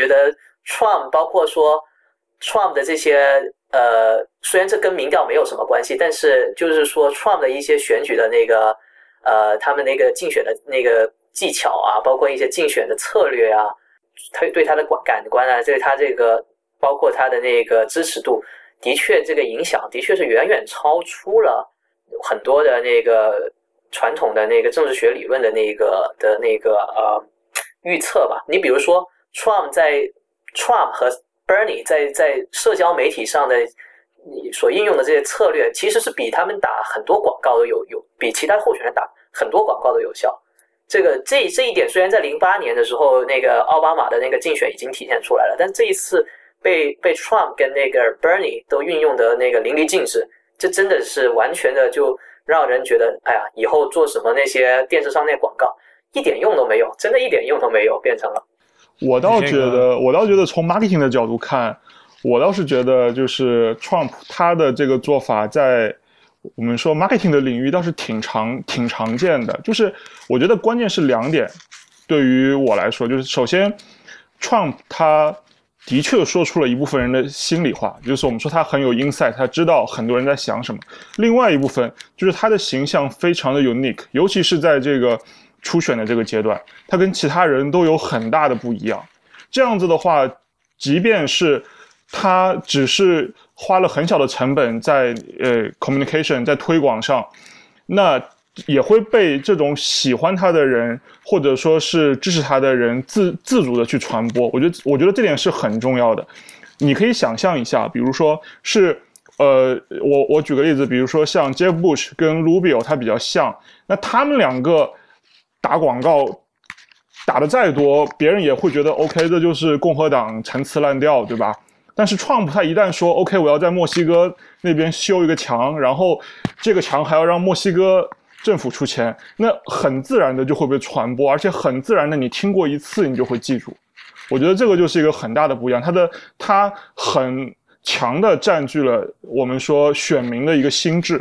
Trump 包括说 Trump 的这些虽然这跟民调没有什么关系，但是就是说 Trump 的一些选举的那个他们那个竞选的那个技巧啊，包括一些竞选的策略啊，他对他的感官啊，对他这个包括他的那个支持度，的确这个影响的确是远远超出了很多的那个传统的那个政治学理论的那个预测吧。你比如说 Trump 和 Bernie 在社交媒体上的所应用的这些策略，其实是比他们打很多广告都有比其他候选人打很多广告都有效。这一点虽然在08年的时候那个奥巴马的那个竞选已经体现出来了，但这一次被 Trump 跟那个 Bernie 都运用的那个淋漓尽致，这真的是完全的就让人觉得，哎呀，以后做什么那些电视上那广告一点用都没有，真的一点用都没有，变成了。 我倒觉得从 marketing 的角度看，我倒是觉得就是 Trump 他的这个做法在我们说 marketing 的领域倒是挺常见的。就是我觉得关键是2点，对于我来说，就是首先 Trump 他的确说出了一部分人的心里话，就是我们说他很有 insight， 他知道很多人在想什么。另外一部分就是他的形象非常的 unique， 尤其是在这个初选的这个阶段，他跟其他人都有很大的不一样。这样子的话，即便是他只是花了很小的成本在communication 在推广上，那也会被这种喜欢他的人或者说是支持他的人自主的去传播。我觉得这点是很重要的。你可以想象一下，比如说是我举个例子，比如说像 Jeb Bush 跟 Rubio 他比较像，那他们2个打广告打得再多，别人也会觉得 OK， 这就是共和党陈词滥调，对吧？但是 Trump 他一旦说 OK， 我要在墨西哥那边修一个墙，然后这个墙还要让墨西哥政府出钱，那很自然的就会被传播，而且很自然的你听过一次你就会记住。我觉得这个就是一个很大的不一样，他很强的占据了我们说选民的一个心智。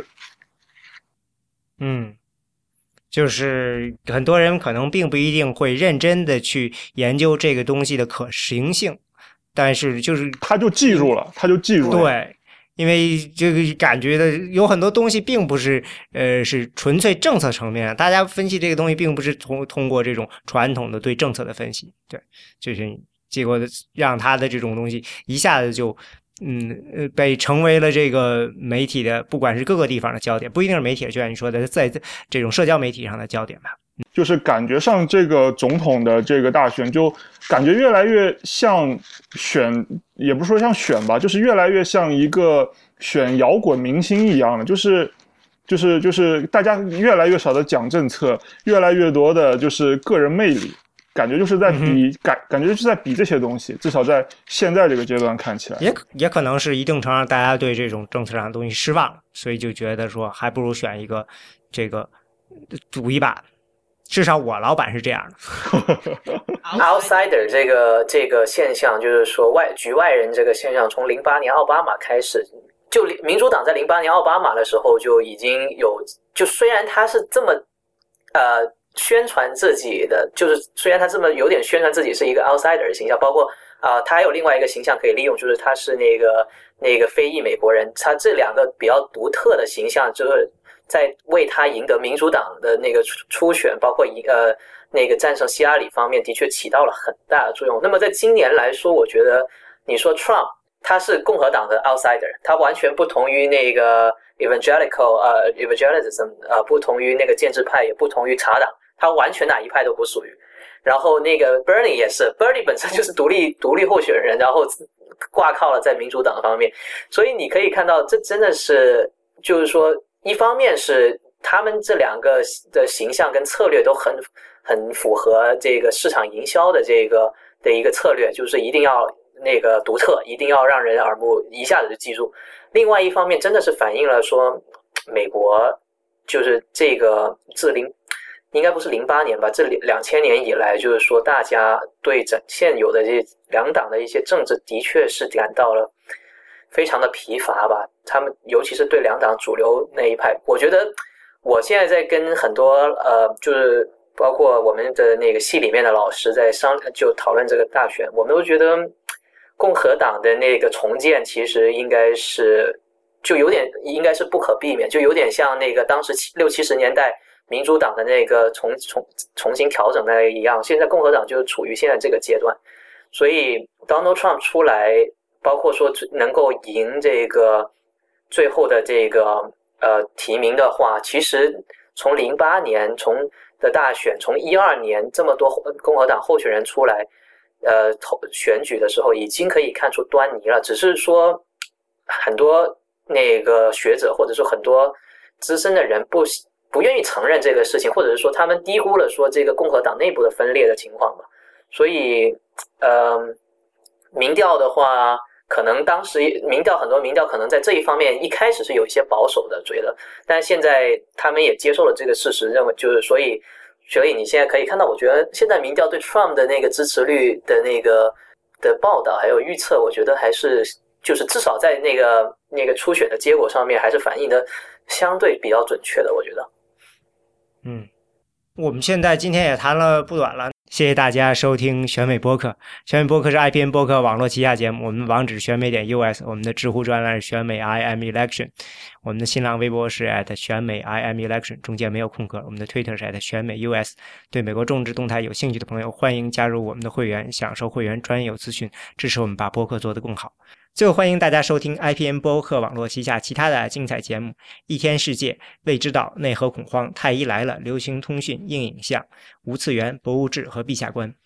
就是很多人可能并不一定会认真的去研究这个东西的可行性，但是就是他就记住了。 对，因为这个感觉的有很多东西并不是是纯粹政策层面，大家分析这个东西并不是通过这种传统的对政策的分析，对，就是结果让他的这种东西一下子就被成为了这个媒体的不管是各个地方的焦点，不一定是媒体，就像你说的在这种社交媒体上的焦点吧。 就是感觉上这个总统的这个大选就感觉越来越像选，也不是说像选吧，就是越来越像一个选摇滚明星一样的，就是大家越来越少的讲政策，越来越多的就是个人魅力，感觉就是在比感觉就是在比这些东西，至少在现在这个阶段看起来， 也可能是一定程度上大家对这种政策上的东西失望了，所以就觉得说还不如选一个这个赌一把。至少我老板是这样的。 outsider 这个现象，就是说局外人这个现象，从08年奥巴马开始，就民主党在08年奥巴马的时候就已经有，就虽然他是这么宣传自己的，就是虽然他这么有点宣传自己是一个 outsider 的形象，包括他还有另外一个形象可以利用，就是他是那个非裔美国人，他这2个比较独特的形象， 在为他赢得民主党的那个初选，包括那个战胜希拉里方面，的确起到了很大的作用。那么在今年来说，我觉得你说 Trump 他是共和党的 outsider， 他完全不同于那个 evangelism， 不同于那个建制派，也不同于茶党，他完全哪一派都不属于。然后那个 Bernie 也是 ，Bernie 本身就是独立候选人，然后挂靠了在民主党方面，所以你可以看到，这真的是就是说，一方面是他们这两个的形象跟策略都很符合这个市场营销的的一个策略，就是一定要那个独特，一定要让人耳目一下子就记住。另外一方面，真的是反映了说，美国就是这个应该不是08年吧，这2000年以来，就是说大家对现有的这两党的一些政治的确是感到了非常的疲乏吧。他们尤其是对两党主流那一派，我觉得我现在在跟很多就是包括我们的那个系里面的老师在就讨论这个大选，我们都觉得共和党的那个重建其实应该是不可避免，就有点像那个当时60、70年代民主党的那个重新调整的一样，现在共和党就处于现在这个阶段，所以 Donald Trump 出来，包括说能够赢这个最后的这个提名的话，其实从08年的大选，从12年这么多共和党候选人出来选举的时候，已经可以看出端倪了，只是说很多那个学者或者说很多资深的人不愿意承认这个事情，或者是说他们低估了说这个共和党内部的分裂的情况吧。所以民调的话，可能当时很多民调可能在这一方面一开始是有一些保守的觉得，但现在他们也接受了这个事实，认为就是所以你现在可以看到，我觉得现在民调对 Trump 的那个支持率的的报道还有预测，我觉得还是就是至少在那个初选的结果上面还是反映的相对比较准确的，我觉得。 我们今天也谈了不短了，谢谢大家收听选美播客。选美播客是 IPN 播客网络旗下节目，我们的网址选美.us， 我们的知乎专栏是选美 IMElection， 我们的新浪微博是选美 IMElection， 中间没有空格。我们的 Twitter 是选美 US。 对美国政治动态有兴趣的朋友，欢迎加入我们的会员，享受会员专有资讯，支持我们把播客做得更好。最后欢迎大家收听 IPN 播客网络旗下其他的精彩节目：一天世界、未知道、内核恐慌、太医来了、流行通讯、硬影像、无次元、博物志和陛下观。